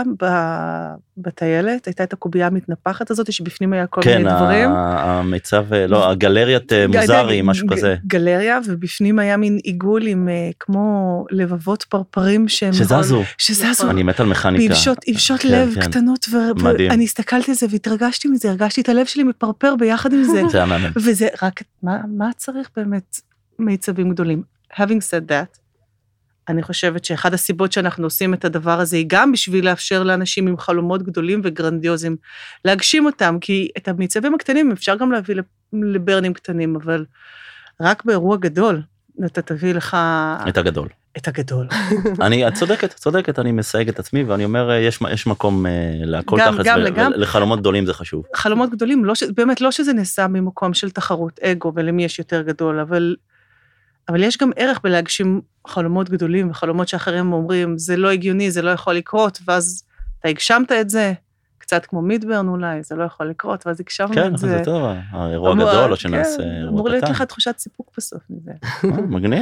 בטיילת, הייתה את הקובייה המתנפחת הזאת, שבפנים היה כל מיני דברים. כן, המיצב, לא, הגלריית מוזרי, משהו כזה. גלריה, ובפנים היה מין עיגול עם כמו לבבות פרפרים שזזו. אני מת על מכניקה. יבשות לב קטנות, ואני הסתכלתי על זה והתרגשתי מזה, הרגשתי את הלב שלי מפרפר ביחד עם זה. זה המאמן. וזה רק, מה צריך באמת מיצבים גדולים? Having said that, אני חושבת שאחד הסיבות שאנחנו עושים את הדבר הזה, היא גם בשביל לאפשר לאנשים עם חלומות גדולים וגרנדיוזיים, להגשים אותם, כי את המיצבים הקטנים אפשר גם להביא לברנים קטנים, אבל רק באירוע גדול, אתה תביא לך... את הגדול. את הגדול. את צודקת, אני מסייג את עצמי, ואני אומר, יש מקום להכל תחת, לחלומות גדולים זה חשוב. חלומות גדולים, באמת לא שזה נעשה ממקום של תחרות, אגו, ולמי יש יותר גדול, אבל יש גם ערך בלהגשים חלומות גדולים, וחלומות שאחרים אומרים, זה לא הגיוני, זה לא יכול לקרות, ואז אתה הגשמת את זה, קצת כמו מידברן אולי, זה לא יכול לקרות, ואז הגשמת את זה. כן, זה טוב, האירוע גדול, או שנעשה אירוע קטן. אמור להיות לך תחושת סיפוק בסוף מזה. מגניב.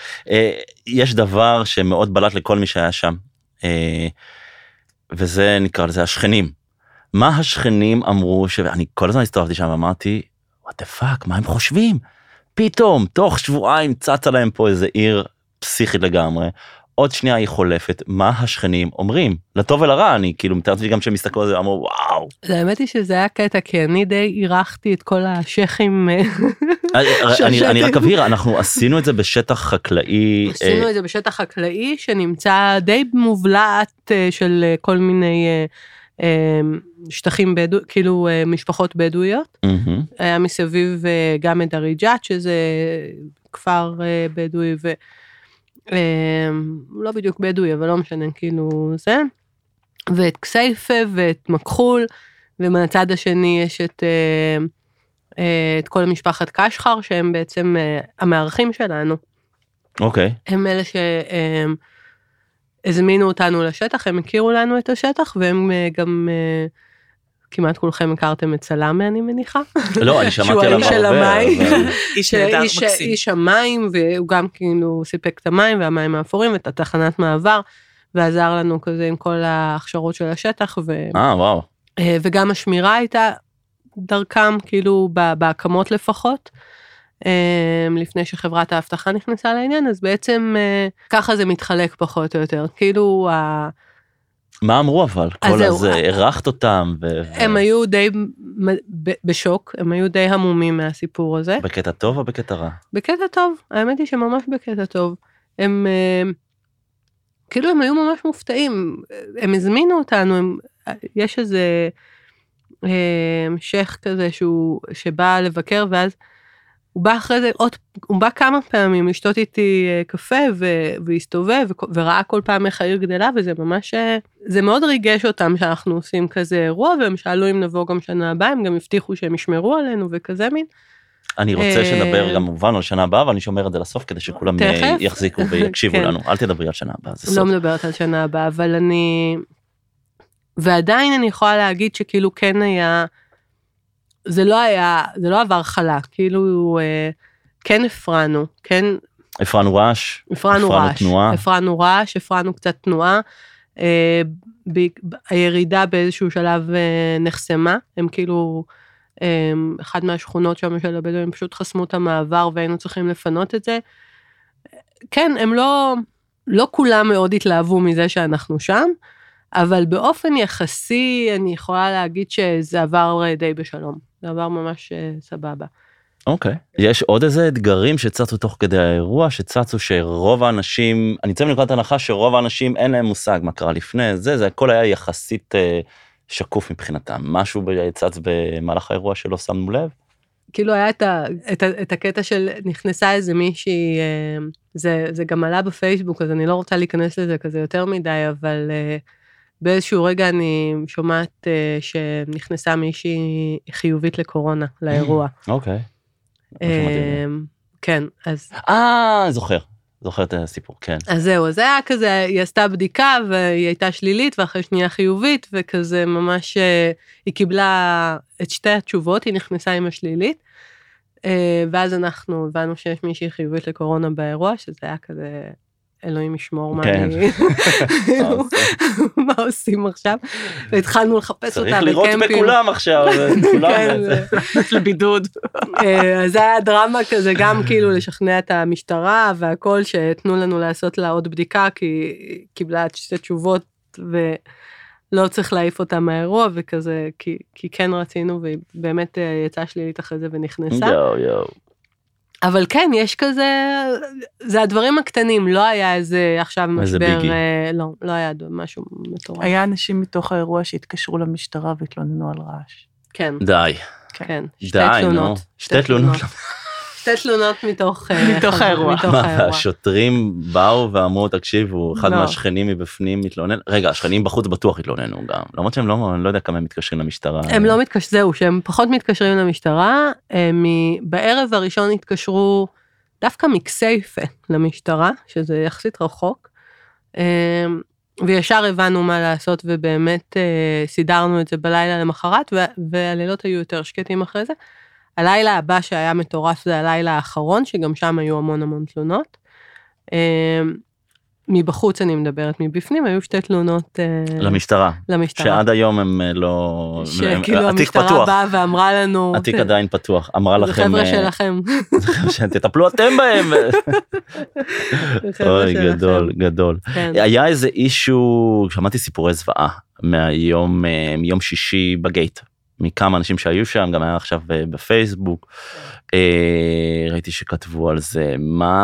יש דבר שמאוד בלט לכל מי שהיה שם, וזה נקרא לזה השכנים. מה השכנים אמרו, שאני כל הזמן הסתובבתי שם, אמרתי, what the fuck, מה הם חושבים? פתאום, תוך שבועיים צצה להם פה איזה עיר פסיכית לגמרי, עוד שנייה היא חולפת, מה השכנים אומרים? לטוב ולרע, אני כאילו מתארתי גם שהם הסתכלו על זה, אמרו וואו. האמת היא שזה היה קטע, כי אני די אירחתי את כל השכים. אני רק אבהיר, אנחנו עשינו את זה בשטח חקלאי. עשינו את זה בשטח חקלאי, שנמצא די מובלעת של כל מיני שטחים, כאילו משפחות בדואיות. היה מסביב גם את דריג'את, שזה כפר בדואי לא בדיוק בדואי, אבל לא משנה, כאילו זה, ואת כסייפה ואת מכחול, ומהצד השני יש את כל המשפחת קשחר, שהם בעצם המארחים שלנו. אוקיי. הם אלה שהזמינו אותנו לשטח, הם הכירו לנו את השטח, והם גם כמעט כולכם הכרתם את סלאמה, אני מניחה. לא, אני שמעתי עליו הרבה. איש נהדר מקסים. איש המים, והוא גם כאילו סיפק את המים, והמים האפורים, ואת התחנת מעבר, ועזר לנו כזה עם כל ההכשרות של השטח. וואו. וגם השמירה הייתה דרכם, כאילו בהקמות לפחות, לפני שחברת האבטחה נכנסה לעניין, אז בעצם ככה זה מתחלק פחות או יותר. כאילו מה אמרו אבל? כל הזה, ערכת אותם. הם היו די בשוק, הם היו די המומים מהסיפור הזה. בקטע טוב או בקטע רע? בקטע טוב, האמת היא שממש בקטע טוב. הם, כאילו הם היו ממש מופתעים, הם הזמינו אותנו, יש איזה שייך כזה שבא לבקר, ואז הוא בא אחרי זה, הוא בא כמה פעמים לשתות איתי קפה, והסתובב, וראה כל פעם איך העיר גדלה, וזה ממש, זה מאוד ריגש אותם שאנחנו עושים כזה אירוע, והם שאלו אם נבוא גם שנה הבאה, הם גם הבטיחו שהם ישמרו עלינו, וכזה מין. אני רוצה שנדבר גם מובן על שנה הבאה, ואני שומר את זה לסוף, כדי שכולם יחזיקו ויקשיבו לנו. אל תדברי על שנה הבאה, זה סוף. לא מדברת על שנה הבאה, אבל ועדיין אני יכולה להגיד שכאילו כן היה, זה לא עבר חלק, כאילו, כן הפרענו, כן. הפרענו רעש, הפרענו רעש, הפרענו קצת תנועה, הירידה באיזשהו שלב נחסמה, הם כאילו, אחד מהשכונות שם של הבדואים, פשוט חסמו את המעבר, והיינו צריכים לפנות את זה. כן, הם לא כולם מאוד התלהבו מזה שאנחנו שם, אבל באופן יחסי, אני יכולה להגיד שזה עבר די בשלום. זה עבר ממש סבבה. אוקיי. יש עוד איזה אתגרים שצצו תוך כדי האירוע, שצצו שרוב האנשים, אני יוצא מנקודת הנחה שרוב האנשים אין להם מושג מה קרה לפני, זה הכל היה יחסית שקוף מבחינתם. משהו צץ במהלך האירוע שלא שמנו לב? כאילו היה את הקטע של נכנסה איזה מישהי, זה גם עלה בפייסבוק, אז אני לא רוצה להיכנס לזה כזה יותר מדי, אבל באיזשהו רגע אני שומעת שנכנסה מישהי חיובית לקורונה, לאירוע. אוקיי. כן, אז... זוכר את הסיפור, כן. אז זהו, אז היה כזה, היא עשתה בדיקה, והיא הייתה שלילית, ואחרי שנייה חיובית, וכזה ממש, היא קיבלה את שתי התשובות, היא נכנסה עם השלילית, ואז אנחנו הבנו שיש מישהי חיובית לקורונה באירוע, שזה היה כזה... אלוהים ישמור מה עושים עכשיו, והתחלנו לחפש אותה בקמפים. צריך לראות בכולם עכשיו, לבידוד. אז היה דרמה כזה, גם כאילו לשכנע את המשטרה, והכל שתנו לנו לעשות לה עוד בדיקה, כי היא קיבלה את שתי תשובות, ולא צריך להעיף אותה מהאירוע, וכזה, כי כן רצינו, והיא באמת יצאה שלילית אחרי זה ונכנסה. אבל כן, יש כזה, זה הדברים הקטנים, לא היה איזה עכשיו משבר, לא היה משהו מטורף. היה אנשים מתוך האירוע שהתקשרו למשטרה והתלוננו על רעש. כן. די. כן, שתי תלונות מתוך האירוע. השוטרים באו ואמרו, תקשיבו, אחד מהשכנים מבפנים מתלונן, רגע, השכנים בחוץ בטוח התלוננו גם, למרות שהם לא יודע כמה הם מתקשרים למשטרה. הם לא מתקשרים, זהו, שהם פחות מתקשרים למשטרה, בערב הראשון התקשרו דווקא מכסייפה למשטרה, שזה יחסית רחוק, וישר הבנו מה לעשות, ובאמת סידרנו את זה בלילה למחרת, והלילות היו יותר שקטים אחרי זה. הלילה הבא שהיה מטורף זה הלילה האחרון, שגם שם היו המון תלונות. מבחוץ אני מדברת, מבפנים היו 2 תלונות למשטרה. למשטרה. שעד היום הם לא... שכאילו התיק המשטרה פתוח. באה ואמרה לנו... התיק עדיין פתוח. אמרה זה לכם... חבר'ה שלכם. תטפלו אתם בהם. זה חבר'ה אוי, שלכם. גדול, גדול. כן. היה איזה אישו, שמעתי סיפורי זוועה מיום שישי בגייט, מכמה אנשים שהיו שם, גם היה עכשיו בפייסבוק, ראיתי שכתבו על זה,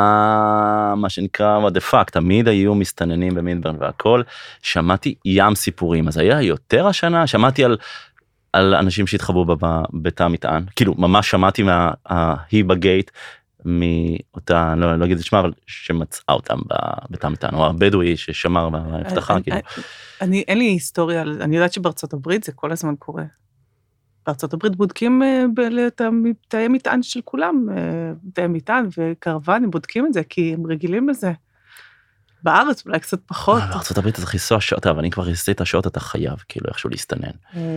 מה שנקרא, what the fuck, תמיד היו מסתננים במידברן והכל, שמעתי ים סיפורים, אז היה יותר השנה, שמעתי על אנשים שהתחברו בתא המטען, כאילו ממש שמעתי מההיא בגייט, מאותה, לא אגיד את שמה, אבל שמצאה אותם בתא המטען, או הבדואי ששמר בהבטחה, כאילו. אין לי היסטוריה, אני יודעת שבארצות הברית זה כל הזמן קורה. בארצות הברית בודקים את תאי מטען של כולם, תאי מטען וקרוונים, בודקים את זה, כי הם רגילים לזה. בארץ אולי קצת פחות. בארצות הברית אתה צריך לנסוע שעות, אבל אני כבר עשיתי את השעות, אתה חייב, כאילו, איכשהו להסתנן.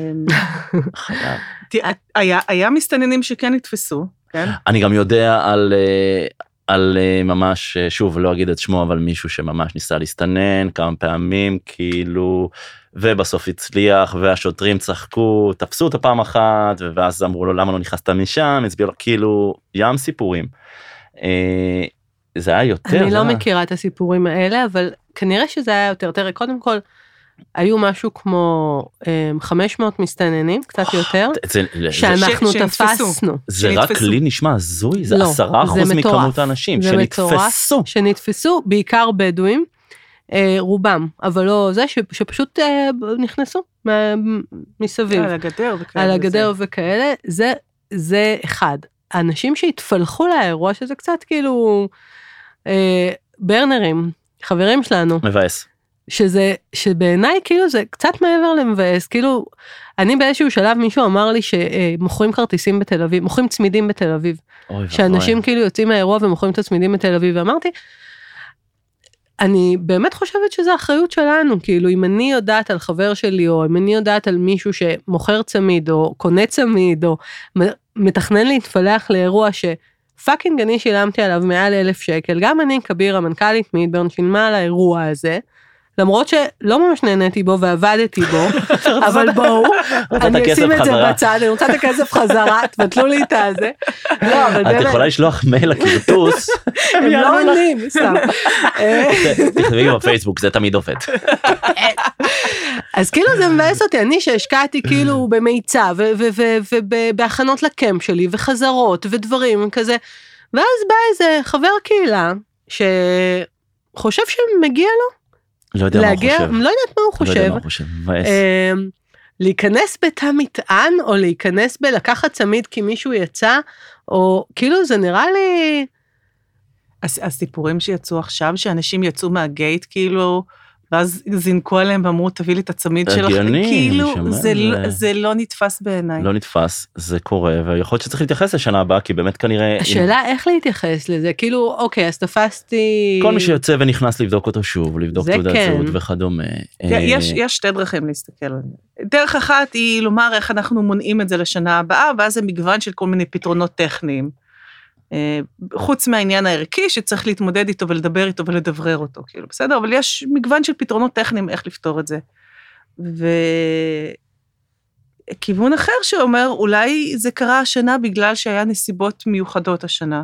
חייב. היה מסתננים שכן התפסו, כן? אני גם יודע על ממש, שוב, לא אגיד את שמו, אבל מישהו שממש ניסה להסתנן כמה פעמים, כאילו, ובסוף הצליח, והשוטרים צחקו, תפסו אותו פעם אחת, ואז אמרו לו, למה לא נכנסת משם? הצביעו לו, כאילו, ים סיפורים. זה היה יותר. אני לא מכירה את הסיפורים האלה, אבל כנראה שזה היה יותר. תראה, קודם כל, היו משהו כמו 500 מסתננים, קצת יותר, שאנחנו תפסנו. זה רק לי נשמע הזוי, זה 10% מכמות האנשים שנתפסו. שנתפסו, בעיקר בדואים, רובם, אבל לא זה, שפשוט נכנסו מסביב. על הגדר וכאלה, זה אחד. האנשים שהתפלחו לאירוע, שזה קצת כאילו ברנרים, חברים שלנו. מבאס. שבעיניי כאילו זה קצת מעבר למבאס, כאילו אני באיזשהו שלב מישהו אמר לי שמוכרים כרטיסים בתל אביב, מוכרים צמידים בתל אביב, שאנשים כאילו יוצאים מהאירוע ומוכרים את הצמידים בתל אביב, ואמרתי, אני באמת חושבת שזה האחריות שלנו, כאילו אם אני יודעת על חבר שלי, או אם אני יודעת על מישהו שמוכר צמיד, או קונה צמיד, או מתכנן להתפלח לאירוע שפאקינג אני שילמתי עליו מעל 1,000 שקל, גם אני כביר המנכ"לית מידברן שילמה על האירוע הזה, למרות שלא ממש נהניתי בו ועבדתי בו, אבל בואו, אני אשים את זה בצד, אני רוצה את הכסף חזרה, תבטלו לי את הזה. לא, אבל באמת. את יכולה לשלוח מייל לכרטוס. הם לא עונים, סתם. תכתבי בפייסבוק, זה תמיד עובד. אז כאילו זה מבאס אותי, אני שהשקעתי כאילו במיצה, ובהכנות לקמפ שלי, וחזרות, ודברים כזה, ואז בא איזה חבר קהילה, שחושב שמגיע לו, לא יודע מה הוא חושב. לא יודעת מה הוא חושב. לא יודע מה הוא חושב, מבאס. להיכנס בתא מטען, או להיכנס בלקחת צמיד כי מישהו יצא, או כאילו זה נראה לי... הסיפורים שיצאו עכשיו, שאנשים יצאו מהגייט, כאילו, ואז זינקו עליהם ואמרו, תביא לי את הצמיד שלך, כאילו, זה לא נתפס בעיניי. לא נתפס, זה קורה, ויכול להיות שצריך להתייחס לשנה הבאה, כי באמת כנראה... השאלה איך להתייחס לזה, כאילו, אוקיי, אז תפסתי... כל מי שיוצא ונכנס לבדוק אותו שוב, לבדוק תעודת זהות וכדומה. יש 2 דרכים להסתכל על זה. דרך אחת היא לומר איך אנחנו מונעים את זה לשנה הבאה, ואז זה מגוון של כל מיני פתרונות טכניים. חוץ מהעניין הערכי שצריך להתמודד איתו ולדבר איתו ולדברר אותו, כאילו, בסדר? אבל יש מגוון של פתרונות טכניים איך לפתור את זה. וכיוון אחר שאומר, אולי זה קרה השנה בגלל שהיה נסיבות מיוחדות השנה.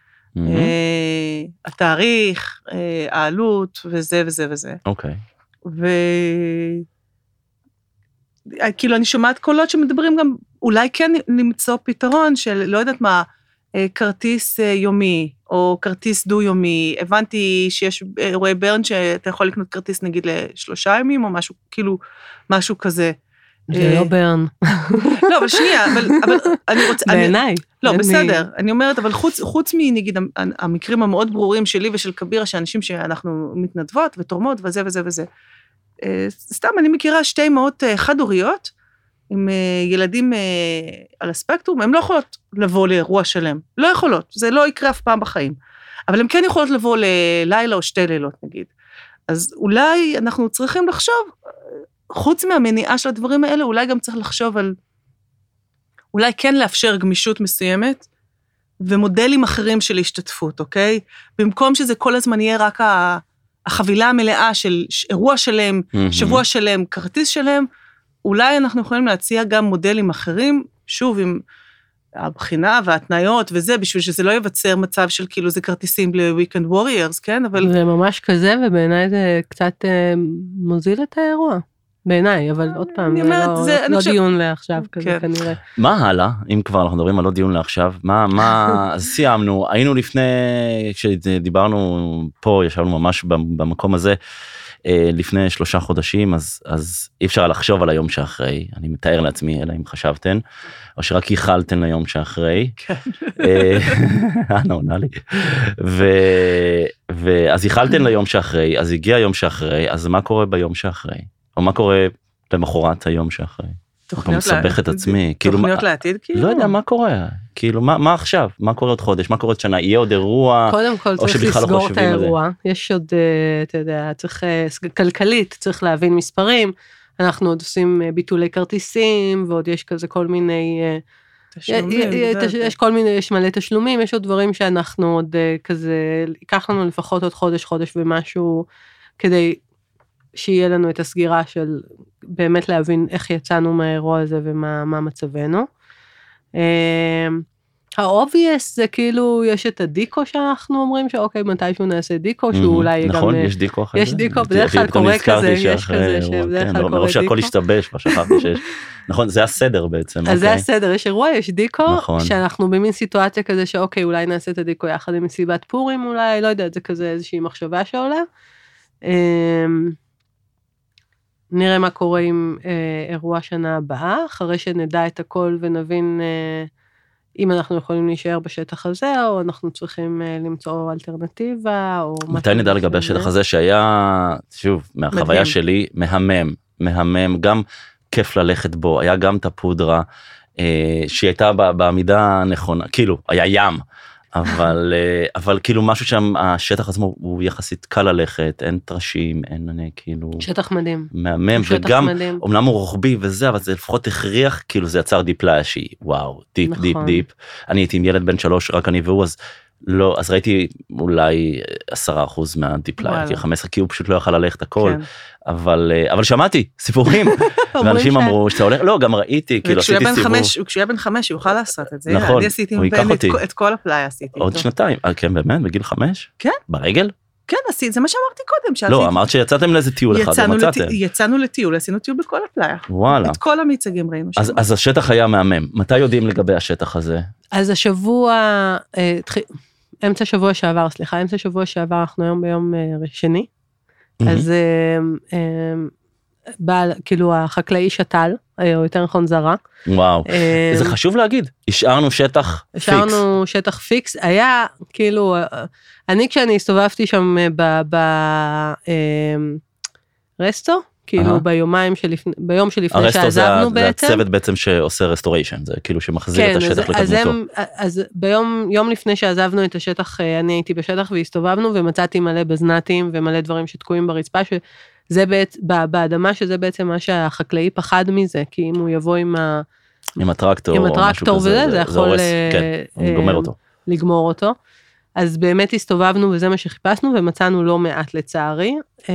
התאריך, העלות, וזה וזה וזה. אוקיי. כאילו, אני שומעת קולות שמדברים גם, אולי כן למצוא פתרון של, לא יודעת מה, כרטיס יומי, או כרטיס דו-יומי, הבנתי שיש אירועי ברן, שאתה יכול לקנות כרטיס נגיד ל3 ימים, או משהו, כאילו, משהו כזה. זה לא ברן. לא, אבל שנייה, אבל אני רוצה... בעיניי. לא, בסדר, אני אומרת, אבל חוץ מנגיד המקרים המאוד ברורים שלי ושל כבירה, שאנשים שאנחנו מתנדבות ותורמות וזה וזה וזה, סתם אני מכירה 2 אמהות חד-הוריות, עם ילדים על הספקטרום, הן לא יכולות לבוא לאירוע שלם, לא יכולות, זה לא יקרה אף פעם בחיים, אבל הן כן יכולות לבוא ללילה או 2 לילות נגיד, אז אולי אנחנו צריכים לחשוב, חוץ מהמניעה של הדברים האלה, אולי גם צריך לחשוב על, אולי כן לאפשר גמישות מסוימת, ומודלים אחרים של השתתפות, אוקיי? במקום שזה כל הזמן יהיה רק החבילה המלאה של אירוע שלם, שבוע שלם, כרטיס שלם, אולי אנחנו יכולים להציע גם מודלים אחרים, שוב, עם הבחינה וההתניות וזה, בשביל שזה לא יבצר מצב של כאילו זה כרטיסים ל-Weekend Warriors, כן? אבל... זה ממש כזה, ובעיניי זה קצת מוזיל את האירוע. בעיניי, אבל עוד פעם, לא דיון לעכשיו כזה כנראה. מה הלאה, אם כבר אנחנו מדברים על לא דיון לעכשיו, אז סיימנו, היינו לפני, כשדיברנו פה, ישבנו ממש במקום הזה, לפני 3 חודשים, אז אי אפשר לחשוב על היום שאחרי, אני מתאר לעצמי, אלא אם חשבתן, או שרק ייחלתן ליום שאחרי. כן. עונה לי. ואז ייחלתן ליום שאחרי, אז הגיע היום שאחרי, אז מה קורה ביום שאחרי? או מה קורה למחרת היום שאחרי? מסבך את עצמי. תוכניות לעתיד כאילו? לא יודע מה קורה, כאילו מה עכשיו? מה קורה עוד חודש? מה קורה עוד שנה? יהיה עוד אירוע? קודם כל צריך לסגור את האירוע. יש עוד, אתה יודע, צריך כלכלית, צריך להבין מספרים. אנחנו עוד עושים ביטולי כרטיסים, ועוד יש כזה כל מיני... יש מלא תשלומים, יש עוד דברים שאנחנו עוד כזה, ייקח לנו לפחות עוד חודש ומשהו, כדי שיהיה לנו את הסגירה של באמת להבין איך יצאנו מהאירוע הזה ומה מצבנו. האובייס זה כאילו, יש את הדיקו שאנחנו אומרים שאוקיי, מתישהו נעשה דיקו, שהוא אולי גם... נכון, יש דיקו אחרי זה. יש דיקו, בדרך כלל קורה כזה, יש כזה, שבדרך כלל קורה דיקו. שהכל השתבש, שכחתי שיש. נכון, זה הסדר בעצם. אז זה הסדר, יש אירוע, יש דיקו, שאנחנו במין סיטואציה כזה שאוקיי, אולי נעשה את הדיקו יחד עם מסיבת פורים, אולי, לא יודעת, זה כזה איזושהי מחשבה שעולה. נראה מה קורה עם אירוע שנה הבאה, אחרי שנדע את הכל ונבין אם אנחנו יכולים להישאר בשטח הזה, או אנחנו צריכים למצוא אלטרנטיבה, או... מתי נדע לגבי השטח הזה שהיה, שוב, מהחוויה שלי, מהמם, גם כיף ללכת בו, היה גם את הפודרה, שהיא הייתה בעמידה הנכונה, כאילו, היה ים, אבל כאילו משהו שם, השטח עצמו הוא יחסית קל ללכת, אין טרשים, אין כאילו... שטח מדהים. מהמם, וגם, אמנם הוא רוחבי וזה, אבל זה לפחות הכריח, כאילו זה יצר דיפליה שהיא, וואו, דיפ. אני הייתי עם ילד בן 3, רק אני והוא, אז ראיתי אולי 10% מהדיפליה, כי 15, כי הוא פשוט לא יכל ללכת הכל, אבל שמעתי סיפורים, ואנשים אמרו שאתה הולך, לא, גם ראיתי, כאילו עשיתי סיבוב. וכשהוא היה בן 5, הוא יוכל לעשות את זה, נכון, אני עשיתי את כל הפלאיה, עשיתי. עוד 2, כן, באמת, בגיל 5? כן. ברגל? כן, זה מה שאמרתי קודם. לא, אמרת שיצאתם לאיזה טיול אחד, ומצאתם. יצאנו לטיול, עשינו טיול בכל הפלאיה. וואלה. את כל המיצגים ראינו שם. אז השטח היה מהמם. מתי יודעים לגבי השטח הזה? אז השבוע, אמצע שבוע שעבר, אנחנו היום ביום שני, אז כאילו החקלאי שתל, או יותר נכון זרה. וואו, זה חשוב להגיד, השארנו שטח פיקס. השארנו שטח פיקס, היה כאילו, אני כשאני הסתובבתי שם ברסטו, כאילו ביום שלפני שעזבנו בעצם. הרסטו זה הצוות בעצם שעושה רסטוריישן, זה כאילו שמחזיר את השטח לקדמותו. אז ביום לפני שעזבנו את השטח, אני הייתי בשטח והסתובבנו, ומצאתי מלא בזנתים ומלא דברים שתקועים ברצפה, שזה באדמה, שזה בעצם מה שהחקלאי פחד מזה, כי אם הוא יבוא עם הטרקטור או משהו כזה, זה יכול לגמור אותו. אז באמת הסתובבנו וזה מה שחיפשנו, ומצאנו לא מעט לצערי,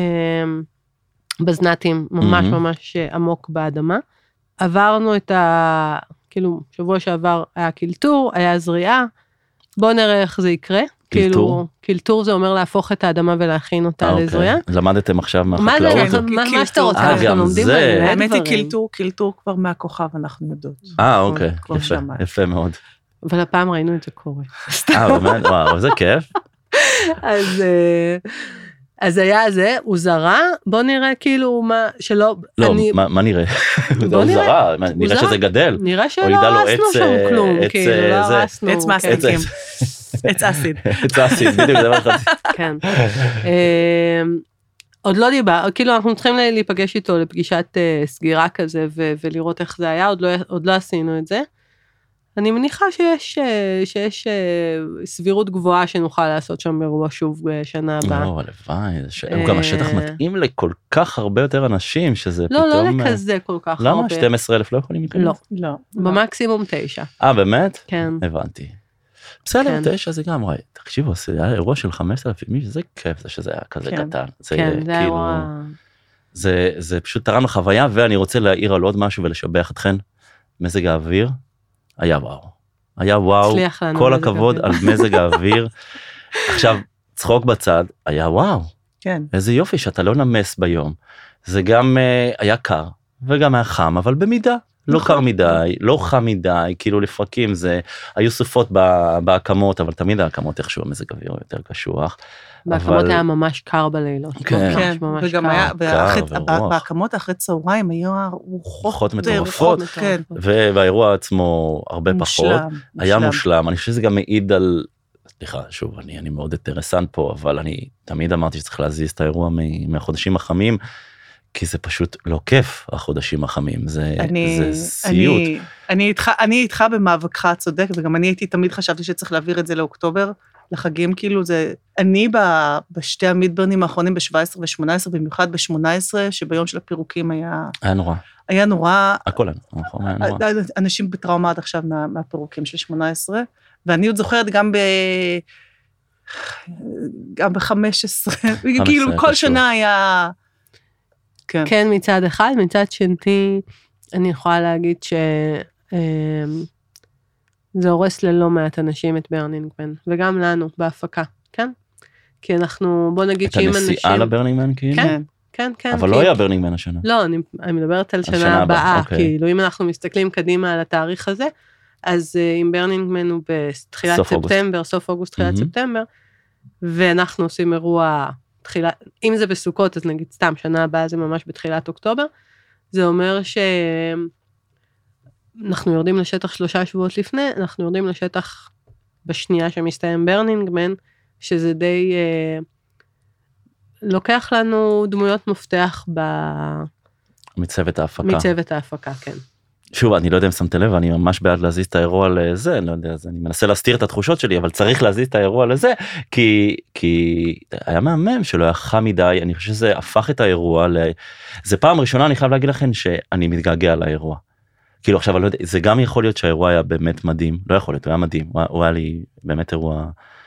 בזנתים ממש עמוק באדמה. עברנו כאילו שבוע שעבר היה קילטור, היה זריעה, בואו נראה איך זה יקרה. קילטור זה אומר להפוך את האדמה ולהכין אותה לזריעה. למדתם עכשיו מהחקלאות? מה שאתה רוצה, אנחנו לומדים בהם. האמת היא קילטור כבר מהכוכב, אנחנו יודעות. אוקיי, יפה מאוד. אבל הפעם ראינו את זה קורה. באמת, וואו, זה כיף. אז היה זה, הוא זרה, בוא נראה כאילו מה, שלא... לא, מה נראה? הוא זרה, נראה שזה גדל. נראה שלא הרסנו שם כלום, כאילו, לא הרסנו. עץ מסטיקים. עץ אסיד. עץ אסיד, בדיוק, זה מה חצי. כן. עוד לא דיבר, כאילו אנחנו צריכים להיפגש איתו לפגישת סגירה כזה, ולראות איך זה היה, עוד לא עשינו את זה. אני מניחה שיש סבירות גבוהה שנוכל לעשות שם אירוע שוב בשנה הבאה. לא, הלוואי, גם השטח מתאים לכל כך הרבה יותר אנשים, שזה פתאום... לא לכזה כל כך הרבה. למה? 12,000 לא יכולים להיכנס? לא, במקסימום 9. באמת? כן. הבנתי. בסדר, 9 זה גם, תקשיבו, זה היה אירוע של 5,000 איש, זה כיף, זה שזה היה כזה קטן. כן, זה אירוע... זה פשוט תרם לחוויה, ואני רוצה להעיר על עוד משהו ולשבח אתכן. מזג האוויר היה וואו. היה וואו, כל הכבוד על מזג האוויר. עכשיו, צחוק בצד, היה וואו. כן. איזה יופי שאתה לא נמס ביום. זה גם היה קר, וגם היה חם, אבל במידה. לא קר מדי, לא חם מדי, כאילו לפרקים זה, היו סופות בהקמות, אבל תמיד ההקמות איכשהו המזג אוויר יותר קשוח. בהקמות היה ממש קר בלילות. כן, וגם היה, בהקמות אחרי צהריים היו רוחות מטורפות, והאירוע עצמו הרבה פחות, היה מושלם, אני חושב שזה גם מעיד על, סליחה, שוב, אני מאוד אינטרסנט פה, אבל אני תמיד אמרתי שצריך להזיז את האירוע מהחודשים החמים, כי זה פשוט לא כיף, החודשים החמים, זה סיוט. אני איתך במאבקך הצודק, וגם אני תמיד חשבתי שצריך להעביר את זה לאוקטובר, לחגים, כאילו זה, אני בשתי המידברנים האחרונים, ב-17 ו-18, במיוחד ב-18, שביום של הפירוקים היה... היה נורא. היה נורא. הכל היה נורא. אנשים בטראומה עד עכשיו מהפירוקים של 18, ואני עוד זוכרת גם ב-15, כאילו כל שנה היה... כן, מצד אחד, מצד שני, אני יכולה להגיד זה הורס ללא מעט אנשים את ברנינג מן, וגם לנו, בהפקה, כן? כי אנחנו, בוא נגיד שאם אנשים... את הנסיעה לברנינג מן, כאילו? כן, כן, כן. אבל לא היה ברנינג מן השנה. לא, אני מדברת על שנה הבאה, כאילו, אם אנחנו מסתכלים קדימה על התאריך הזה, אז אם ברנינג מן הוא בתחילת ספטמבר, סוף אוגוסט, תחילת ספטמבר, ואנחנו עושים אירוע... אם זה בסוכות, אז נגיד סתם, שנה הבאה זה ממש בתחילת אוקטובר, זה אומר שאנחנו יורדים לשטח 3 שבועות לפני, אנחנו יורדים לשטח בשנייה שמסתיים ברנינג מן, שזה די, לוקח לנו דמויות מפתח מצוות ההפקה. מצוות ההפקה, כן. שוב, אני לא יודע אם שמת לב, אני ממש בעד להזיז את האירוע לזה, אני לא יודע, אני מנסה להסתיר את התחושות שלי, אבל צריך להזיז את האירוע לזה, כי היה מהמם שלא היה חם מדי, אני חושב שזה הפך את האירוע, זה פעם ראשונה, אני חייב להגיד לכם שאני מתגעגע לאירוע. כאילו עכשיו, אני לא יודע, זה גם יכול להיות שהאירוע היה באמת מדהים, לא יכול להיות, הוא היה מדהים, הוא היה לי באמת אירוע,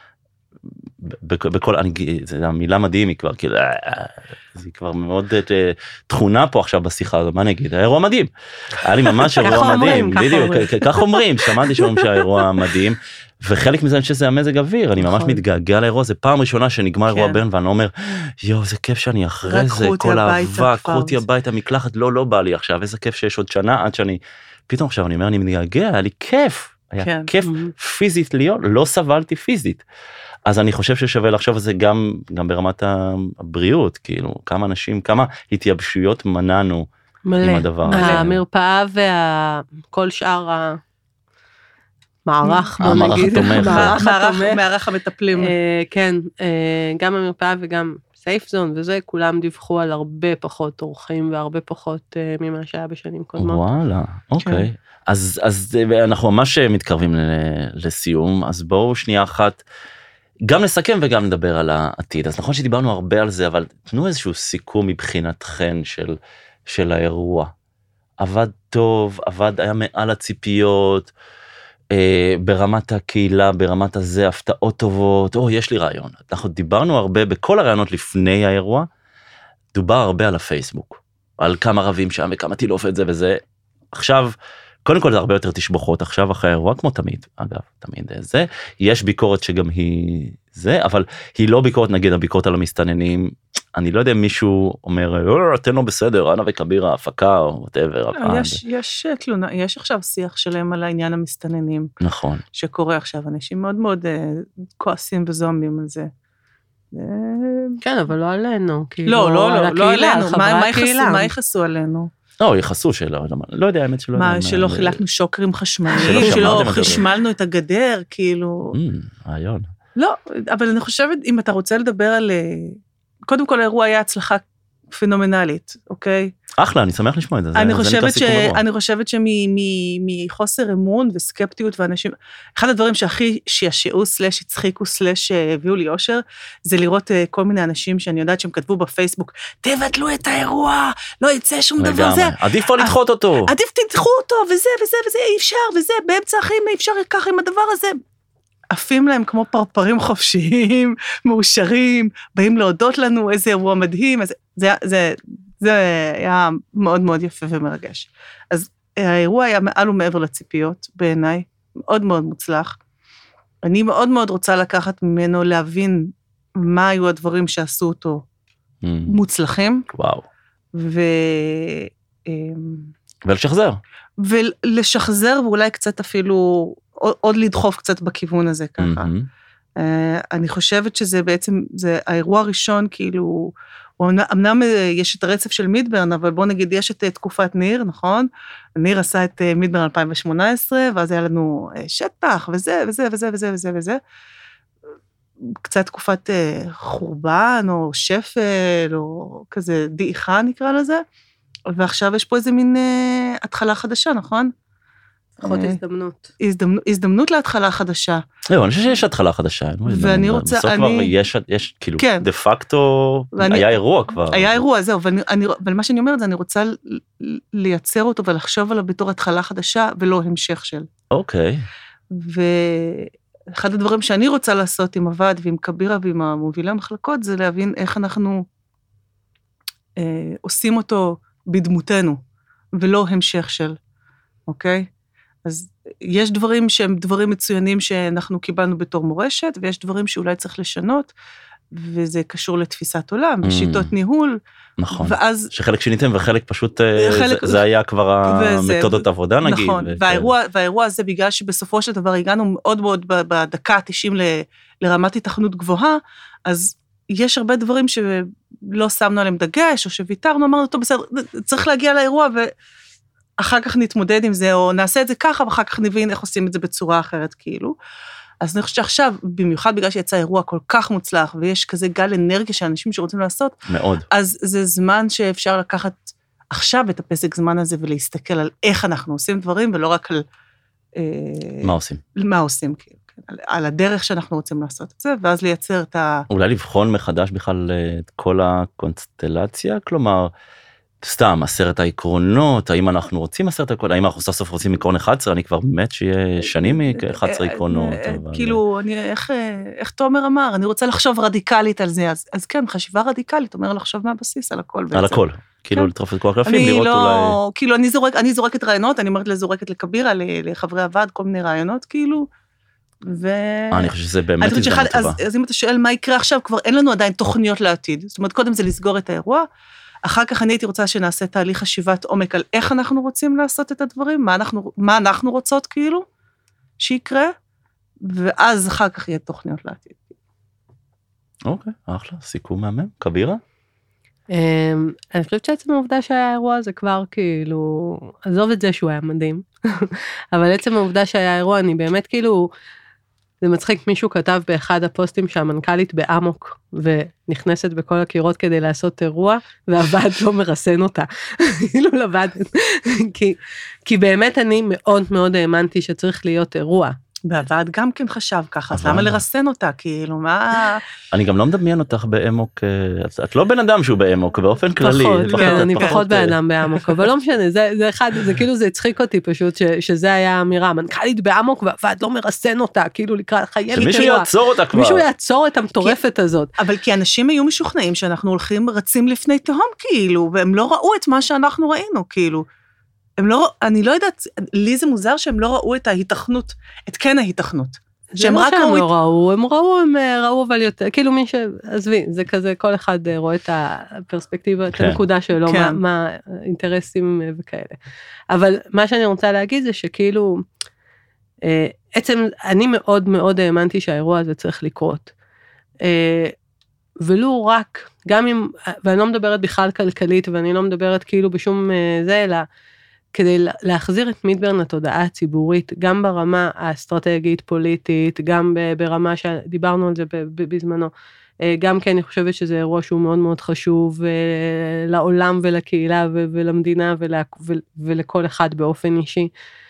בכל, המילה מדהים היא כבר, כאילו, זה כבר מאוד תכונה פה עכשיו בשיחה, מה נגיד, האירוע מדהים, היה לי ממש אירוע מדהים, בדיוק, כך אומרים, שמעתי שאומרים שהאירוע מדהים, וחלק מזה שזה המזג אוויר, אני ממש מתגעגע לאירוע, זה פעם ראשונה שנגמר אירוע ברן, ואני אומר, יואו, זה כיף שאני אחרי זה, כל האהבה, קחו אותי הביתה, מקלחת, לא בא לי עכשיו, איזה כיף שיש עוד שנה, עד שאני, פתאום עכשיו אני אומר, אני מתגעגע, היה לי כיף, היה כיף פיזית להיות, לא סבלתי פיזית. אז אני חושב ששווה לחשוב על זה גם ברמת הבריאות, כאילו, כמה אנשים, כמה התייבשויות מנענו עם הדבר הזה. המרפאה וכל שאר המערך, בוא נגיד. מערך המטפלים. כן, גם המרפאה וגם סייף זון, וזה, כולם דיווחו על הרבה פחות אורחים, והרבה פחות ממה שהיה בשנים קודמות. וואלה, אוקיי. אז אנחנו ממש מתקרבים לסיום, אז בואו שנייה אחת, גם נסכם וגם נדבר על העתיד. אז נכון שדיברנו הרבה על זה, אבל תנו איזשהו סיכום מבחינתכן של האירוע. עבד טוב, היה מעל הציפיות, ברמת הקהילה, ברמת הזה, הפתעות טובות, יש לי רעיון. אנחנו דיברנו הרבה, בכל הרעיונות לפני האירוע, דובר הרבה על הפייסבוק, על כמה רבים שם וכמה תילוף את זה וזה. עכשיו, קודם כל זה הרבה יותר תשבוכות עכשיו אחרי האירוע, כמו תמיד, אגב, תמיד זה, יש ביקורת שגם היא זה, אבל היא לא ביקורת, נגיד הביקורת על המסתננים, אני לא יודע אם מישהו אומר, אתן לא בסדר, אנה וכבירה, הפקה או whatever. יש תלונה, יש עכשיו שיח שלם על העניין המסתננים. נכון. שקורה עכשיו, אנשים מאוד מאוד כועסים וזוהמים על זה. כן, אבל לא עלינו. לא עלינו, מה יחסו עלינו? יחסו שלא, לא יודע, האמת שלא. מה, שלא חילקנו שוקרים חשמליים, שלא חשמלנו את הגדר, כאילו. רעיון. לא, אבל אני חושבת, אם אתה רוצה לדבר על, קודם כל האירוע היה הצלחה פנומנלית, אוקיי? אחלה, אני שמח לשמוע את זה. אני חושבת שמחוסר אמון וסקפטיות ואנשים, אחד הדברים שהכי שישעו סלש הצחיקו סלש הביאו לי אושר, זה לראות כל מיני אנשים שאני יודעת שהם כתבו בפייסבוק, תבטלו את האירוע, לא יצא שום דבר זה. עדיף פה לדחות אותו. עדיף תדחו אותו, וזה, אי אפשר, וזה, באמצע החיים אי אפשר ככה עם הדבר הזה. עפים להם כמו פרפרים חופשיים, מאושרים, באים להודות לנו, איזה אירוע מדהים, זה היה מאוד מאוד יפה ומרגש. אז האירוע היה מעל ומעבר לציפיות, בעיניי, מאוד מאוד מוצלח. אני מאוד מאוד רוצה לקחת ממנו להבין מה היו הדברים שעשו אותו מוצלחים. וואו. ולשחזר. ולשחזר, ואולי קצת אפילו, עוד לדחוף קצת בכיוון הזה ככה. אני חושבת שזה בעצם, זה האירוע הראשון, כאילו, אמנם יש את הרצף של מידברן, אבל בוא נגיד, יש את תקופת ניר, נכון? ניר עשה את מידברן 2018, ואז היה לנו שטח, וזה, וזה, וזה, וזה, וזה, וזה. קצת תקופת חורבן, או שפל, או כזה דעיכה נקרא לזה, ועכשיו יש פה איזה מין התחלה חדשה, נכון? לפחות הזדמנות. הזדמנות להתחלה חדשה. אני חושב שיש התחלה חדשה. ואני רוצה, בסוף כבר יש כאילו, דה פקטו, היה אירוע כבר. היה אירוע, זהו, אבל מה שאני אומרת זה, אני רוצה לייצר אותו ולחשוב עליו בתור התחלה חדשה, ולא המשך של. אוקיי. ואחד הדברים שאני רוצה לעשות עם הוועד ועם קבירה ועם המובילי המחלקות, זה להבין איך אנחנו עושים אותו בדמותנו, ולא המשך של, אוקיי? אז יש דברים שהם דברים מצוינים שאנחנו קיבלנו בתור מורשת, ויש דברים שאולי צריך לשנות, וזה קשור לתפיסת עולם, ושיטות ניהול. נכון, ואז, שחלק שיניתם וחלק פשוט, זה היה כבר המתודות עבודה נגיד. נכון, והאירוע הזה בגלל שבסופו של דבר הגענו מאוד מאוד בדקה ה-90 לרמת התכנות גבוהה, אז יש הרבה דברים שלא שמנו עליהם דגש, או שוויתרנו, אמרנו, טוב בסדר, צריך להגיע לאירוע אחר כך נתמודד עם זה, או נעשה את זה ככה, ואחר כך נבין איך עושים את זה בצורה אחרת, כאילו. אז אני חושבת שעכשיו, במיוחד בגלל שיצא אירוע כל כך מוצלח, ויש כזה גל אנרגיה שאנשים שרוצים לעשות, מאוד. אז זה זמן שאפשר לקחת עכשיו את הפסק זמן הזה, ולהסתכל על איך אנחנו עושים דברים, ולא רק על מה עושים. מה עושים, כאילו. על הדרך שאנחנו רוצים לעשות את זה, ואז לייצר את אולי לבחון מחדש בכלל את כל הקונסטלציה, כלומר, סתם, 10 העקרונות, האם אנחנו רוצים 10 העקרונות, האם אנחנו סוף סוף רוצים עקרון 11, אני כבר באמת שיהיה שנים מ-11 עקרונות. כאילו, איך תומר אמר, אני רוצה לחשוב רדיקלית על זה, אז כן, חשיבה רדיקלית, אומר לחשוב מהבסיס על הכל בעצם. על הכל, כאילו לטרוף את כל הקלפים, לראות אולי... כאילו, אני זורקת רעיונות, אני אומרת לזורקת לקבירה, לחברי הוועד, כל מיני רעיונות, כאילו, אני חושב שזה באמת הזדמנות טובה. אז אם אתה שואל מה יקרה עכשיו, כבר אין לנו עדיין תוכניות לעתיד. זאת אומרת, קודם זה לסגור את האירוע, אחר כך אני הייתי רוצה שנעשה תהליך חשיבת עומק על איך אנחנו רוצים לעשות את הדברים, מה אנחנו רוצות כאילו, שיקרה, ואז אחר כך יהיה תוכניות לעתיד. אוקיי, אחלה, סיכום מהמם. קבירה? אני חושבת שעצם העובדה שהיה אירוע זה כבר כאילו, עזוב את זה שהוא היה מדהים, אבל עצם העובדה שהיה אירוע, אני באמת כאילו, זה מצחיק, מישהו כתב באחד הפוסטים שהמנכ"לית באמוק, ונכנסת בכל הקירות כדי לעשות אירוע, והוועד לא מרסן אותה, כאילו לוועד, כי באמת אני מאוד מאוד האמנתי שצריך להיות אירוע. והוועד גם כן חשב ככה, אז למה לרסן אותה, כאילו, מה... אני גם לא מדמיין אותך באמוק, את לא בן אדם שהוא באמוק, באופן כללי. פחות, כן, אני פחות בן אדם באמוק, אבל לא משנה, זה אחד, זה כאילו זה הצחיק אותי פשוט, שזה היה אמירה, מנכ"לית באמוק, והוועד לא מרסן אותה, כאילו לקראת חייבת אירוע. שמישהו יעצור אותה כבר. מישהו יעצור את המטורפת הזאת. אבל כי אנשים היו משוכנעים שאנחנו הולכים, רצים לפני תהום, כאילו, והם לא ראו את מה שאנחנו ראינו, כאילו. אני לא יודעת, לי זה מוזר שהם לא ראו את ההיתכנות, את כן ההיתכנות. זה לא שהם לא ראו, הם ראו אבל יותר, כאילו מי עזבי, זה כזה, כל אחד רואה את הפרספקטיבה, את הנקודה שלו, מה האינטרסים וכאלה. אבל מה שאני רוצה להגיד זה שכאילו, עצם, אני מאוד מאוד האמנתי שהאירוע הזה צריך לקרות. ולו רק, גם אם, ואני לא מדברת בכלל כלכלית, ואני לא מדברת כאילו בשום זה, אלא, כדי להחזיר את מידברן לתודעה הציבורית, גם ברמה האסטרטגית, פוליטית, גם ברמה שדיברנו על זה בזמנו, גם כן אני חושבת שזה אירוע שהוא מאוד מאוד חשוב לעולם ולקהילה ולמדינה ולכל אחד באופן אישי.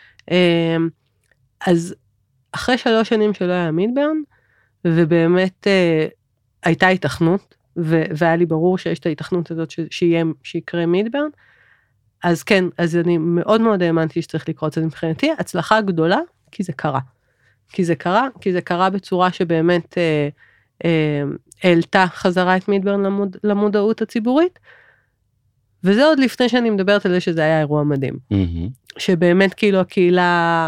אז אחרי 3 שנים שלא היה מידברן, ובאמת הייתה התכנות, והיה לי ברור שיש את ההתכנות הזאת שיקרה מידברן, אז כן, אז אני מאוד מאוד האמנתי שצריך לקרות את זה מבחינתי, הצלחה גדולה, כי זה קרה. כי זה קרה בצורה שבאמת העלתה חזרה את מידברן למודעות הציבורית, וזה עוד לפני שאני מדברת על זה שזה היה אירוע מדהים. שבאמת כאילו הקהילה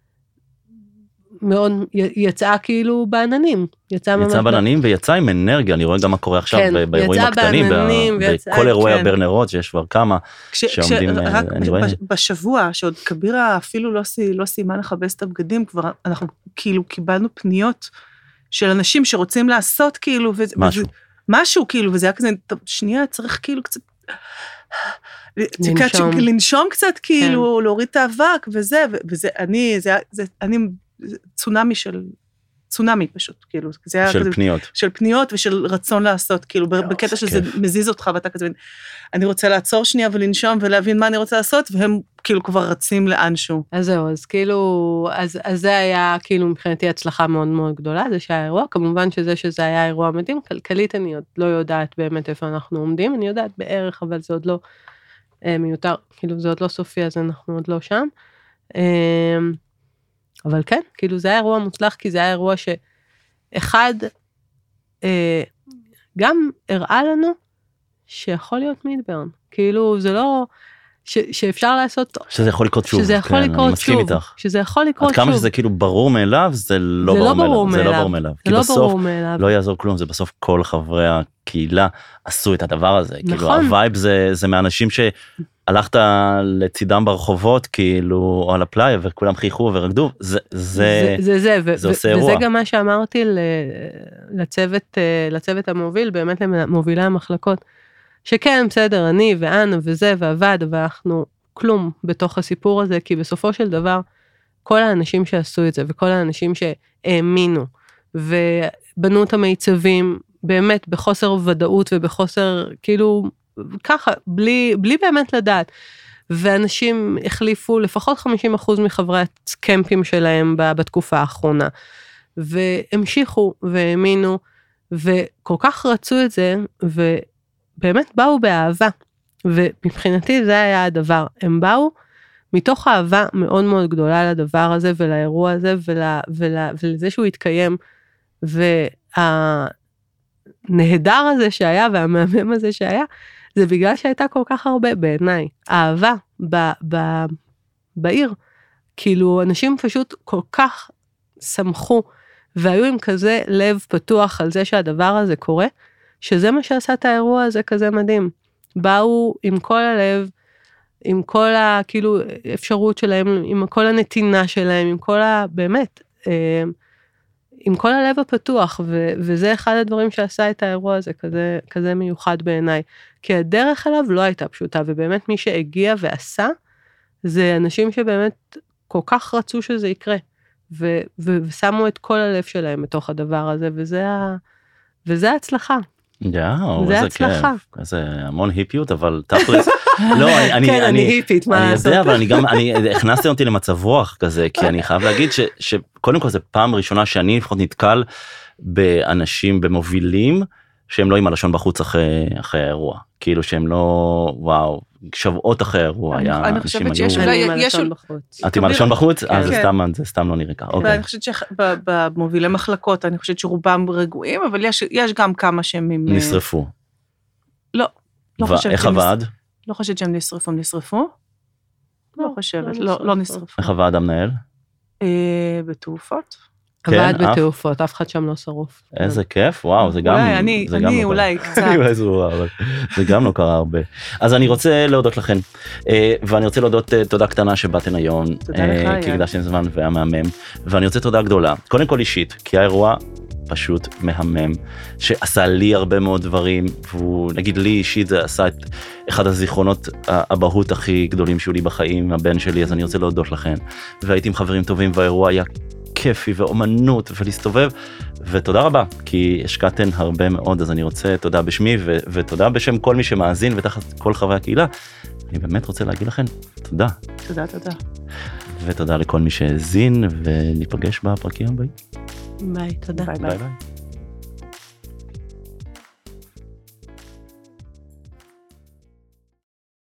מאוד יצאה כאילו בעננים. יצאה בעננים ויצאה עם אנרגיה, אני רואה גם מה קורה עכשיו באירועים הקטנים, בכל אירועי הברנרות שיש כבר כמה שעומדים, אני רואה. בשבוע שעוד כבירה אפילו לא סיימה לכבס את הבגדים, כבר אנחנו כאילו קיבלנו פניות של אנשים שרוצים לעשות כאילו, משהו כאילו, וזה היה כזה, שנייה, צריך כאילו קצת, לנשום קצת כאילו, להוריד את האבק וזה, אני צונמי פשוט, כאילו, של פניות ושל רצון לעשות, כאילו, בקטע שזה מזיז אותך, ואתה כזה, אני רוצה לעצור שנייה ולנשום ולהבין מה אני רוצה לעשות, והם כאילו כבר רצים לאנשהו. אז זהו, אז כאילו, אז זה היה כאילו מבחינתי הצלחה מאוד מאוד גדולה, זה שהיה אירוע, כמובן שזה היה אירוע מדהים, כלכלית אני עוד לא יודעת באמת איפה אנחנו עומדים, אני יודעת בערך, אבל זה עוד לא מיותר, כאילו זה עוד לא סופי, אז אנחנו עוד לא שם. אבל כן, כאילו זה היה אירוע מוצלח, כי זה היה אירוע שאחד, גם הראה לנו שיכול להיות מידברן. כאילו זה לא, שאפשר לעשות, שזה יכול לקרות שוב. שזה יכול לקרות שוב. שזה יכול לקרות שוב. עד כמה שזה כאילו ברור מאליו, זה לא ברור מאליו. כי בסוף לא יעזור כלום, זה בסוף כל חברי הקהילה עשו את הדבר הזה. כאילו הווייב זה מאנשים הלכת לצידם ברחובות, כאילו, או על הפלאי, וכולם חייכו ורקדו, זה עושה אירוע. וזה גם מה שאמרתי לצוות המוביל, באמת למובילי המחלקות, שכן, בסדר, אני ואנה וזה ועבד, ואנחנו כלום בתוך הסיפור הזה, כי בסופו של דבר, כל האנשים שעשו את זה, וכל האנשים שהאמינו, ובנו את המיצבים, באמת בחוסר ודאות ובחוסר, כאילו, ככה, בלי באמת לדעת. ואנשים החליפו לפחות 50% מחברי הקמפים שלהם בתקופה האחרונה. והמשיכו והאמינו, וכל כך רצו את זה, ובאמת באו באהבה. ומבחינתי זה היה הדבר. הם באו מתוך אהבה מאוד מאוד גדולה לדבר הזה, ולאירוע הזה, ולזה שהוא התקיים. והנהדר הזה שהיה, והמהמם הזה שהיה, זה בגלל שהייתה כל כך הרבה בעיניי, אהבה בעיר, כאילו אנשים פשוט כל כך שמחו, והיו עם כזה לב פתוח על זה שהדבר הזה קורה, שזה מה שעשה את האירוע הזה כזה מדהים. באו עם כל הלב, עם כל כאילו אפשרות שלהם, עם כל הנתינה שלהם, עם כל באמת, עם כל הלב הפתוח, וזה אחד הדברים שעשה את האירוע הזה כזה מיוחד בעיניי. כי הדרך אליו לא הייתה פשוטה, ובאמת מי שהגיע ועשה, זה אנשים שבאמת כל כך רצו שזה יקרה, ושמו את כל הלב שלהם בתוך הדבר הזה, וזה ההצלחה. יאו, איזה כיף, איזה המון היפיות, אבל תכלס, לא, אני היפית, מה לעשות? אני יודע, אבל אני הכנסתי אותי למצב רוח כזה, כי אני חייב להגיד שקודם כל זו פעם ראשונה שאני לפחות נתקל באנשים, במובילים, שהם לא עם הלשון בחוץ אחרי האירוע, כאילו שהם לא, וואו, שבועות אחרי האירוע, אני חושבת שיש, את עם הלשון בחוץ? אז זה סתם לא נראה ככה. אני חושבת שבמובילי מחלקות, אני חושבת שרובם רגועים, אבל יש גם כמה שהם עם... נשרפו. לא. איך עבד? לא חושבת שהם נשרפו? לא חושבת, לא נשרפו. איך עבד המנהל? בתעופות. עבד בתעופות, אף אחד שם לא שרוף. איזה כיף, וואו, זה גם... אני אולי קצת. זה גם לא קרה הרבה. אז אני רוצה להודות לכם, ואני רוצה להודות תודה קטנה שבאתן היום, כי הקדשתם זמן והיה מהמם, ואני רוצה תודה גדולה, קודם כל אישית, כי האירוע פשוט מהמם, שעשה לי הרבה מאוד דברים, והוא, נגיד לי אישית, זה עשה את אחד הזיכרונות הבהות הכי גדולים שהיו לי בחיים, הבן שלי, אז אני רוצה להודות לכם, והייתי עם חברים טובים, והאירוע היה כיפי ואומנות ולהסתובב, ותודה רבה, כי השקעתן הרבה מאוד, אז אני רוצה תודה בשמי, ותודה בשם כל מי שמאזין, ותחת כל חברי הקהילה, אני באמת רוצה להגיד לכם תודה. תודה. ותודה לכל מי שהאזין, וניפגש בפרקים הבאים. ביי, תודה. ביי.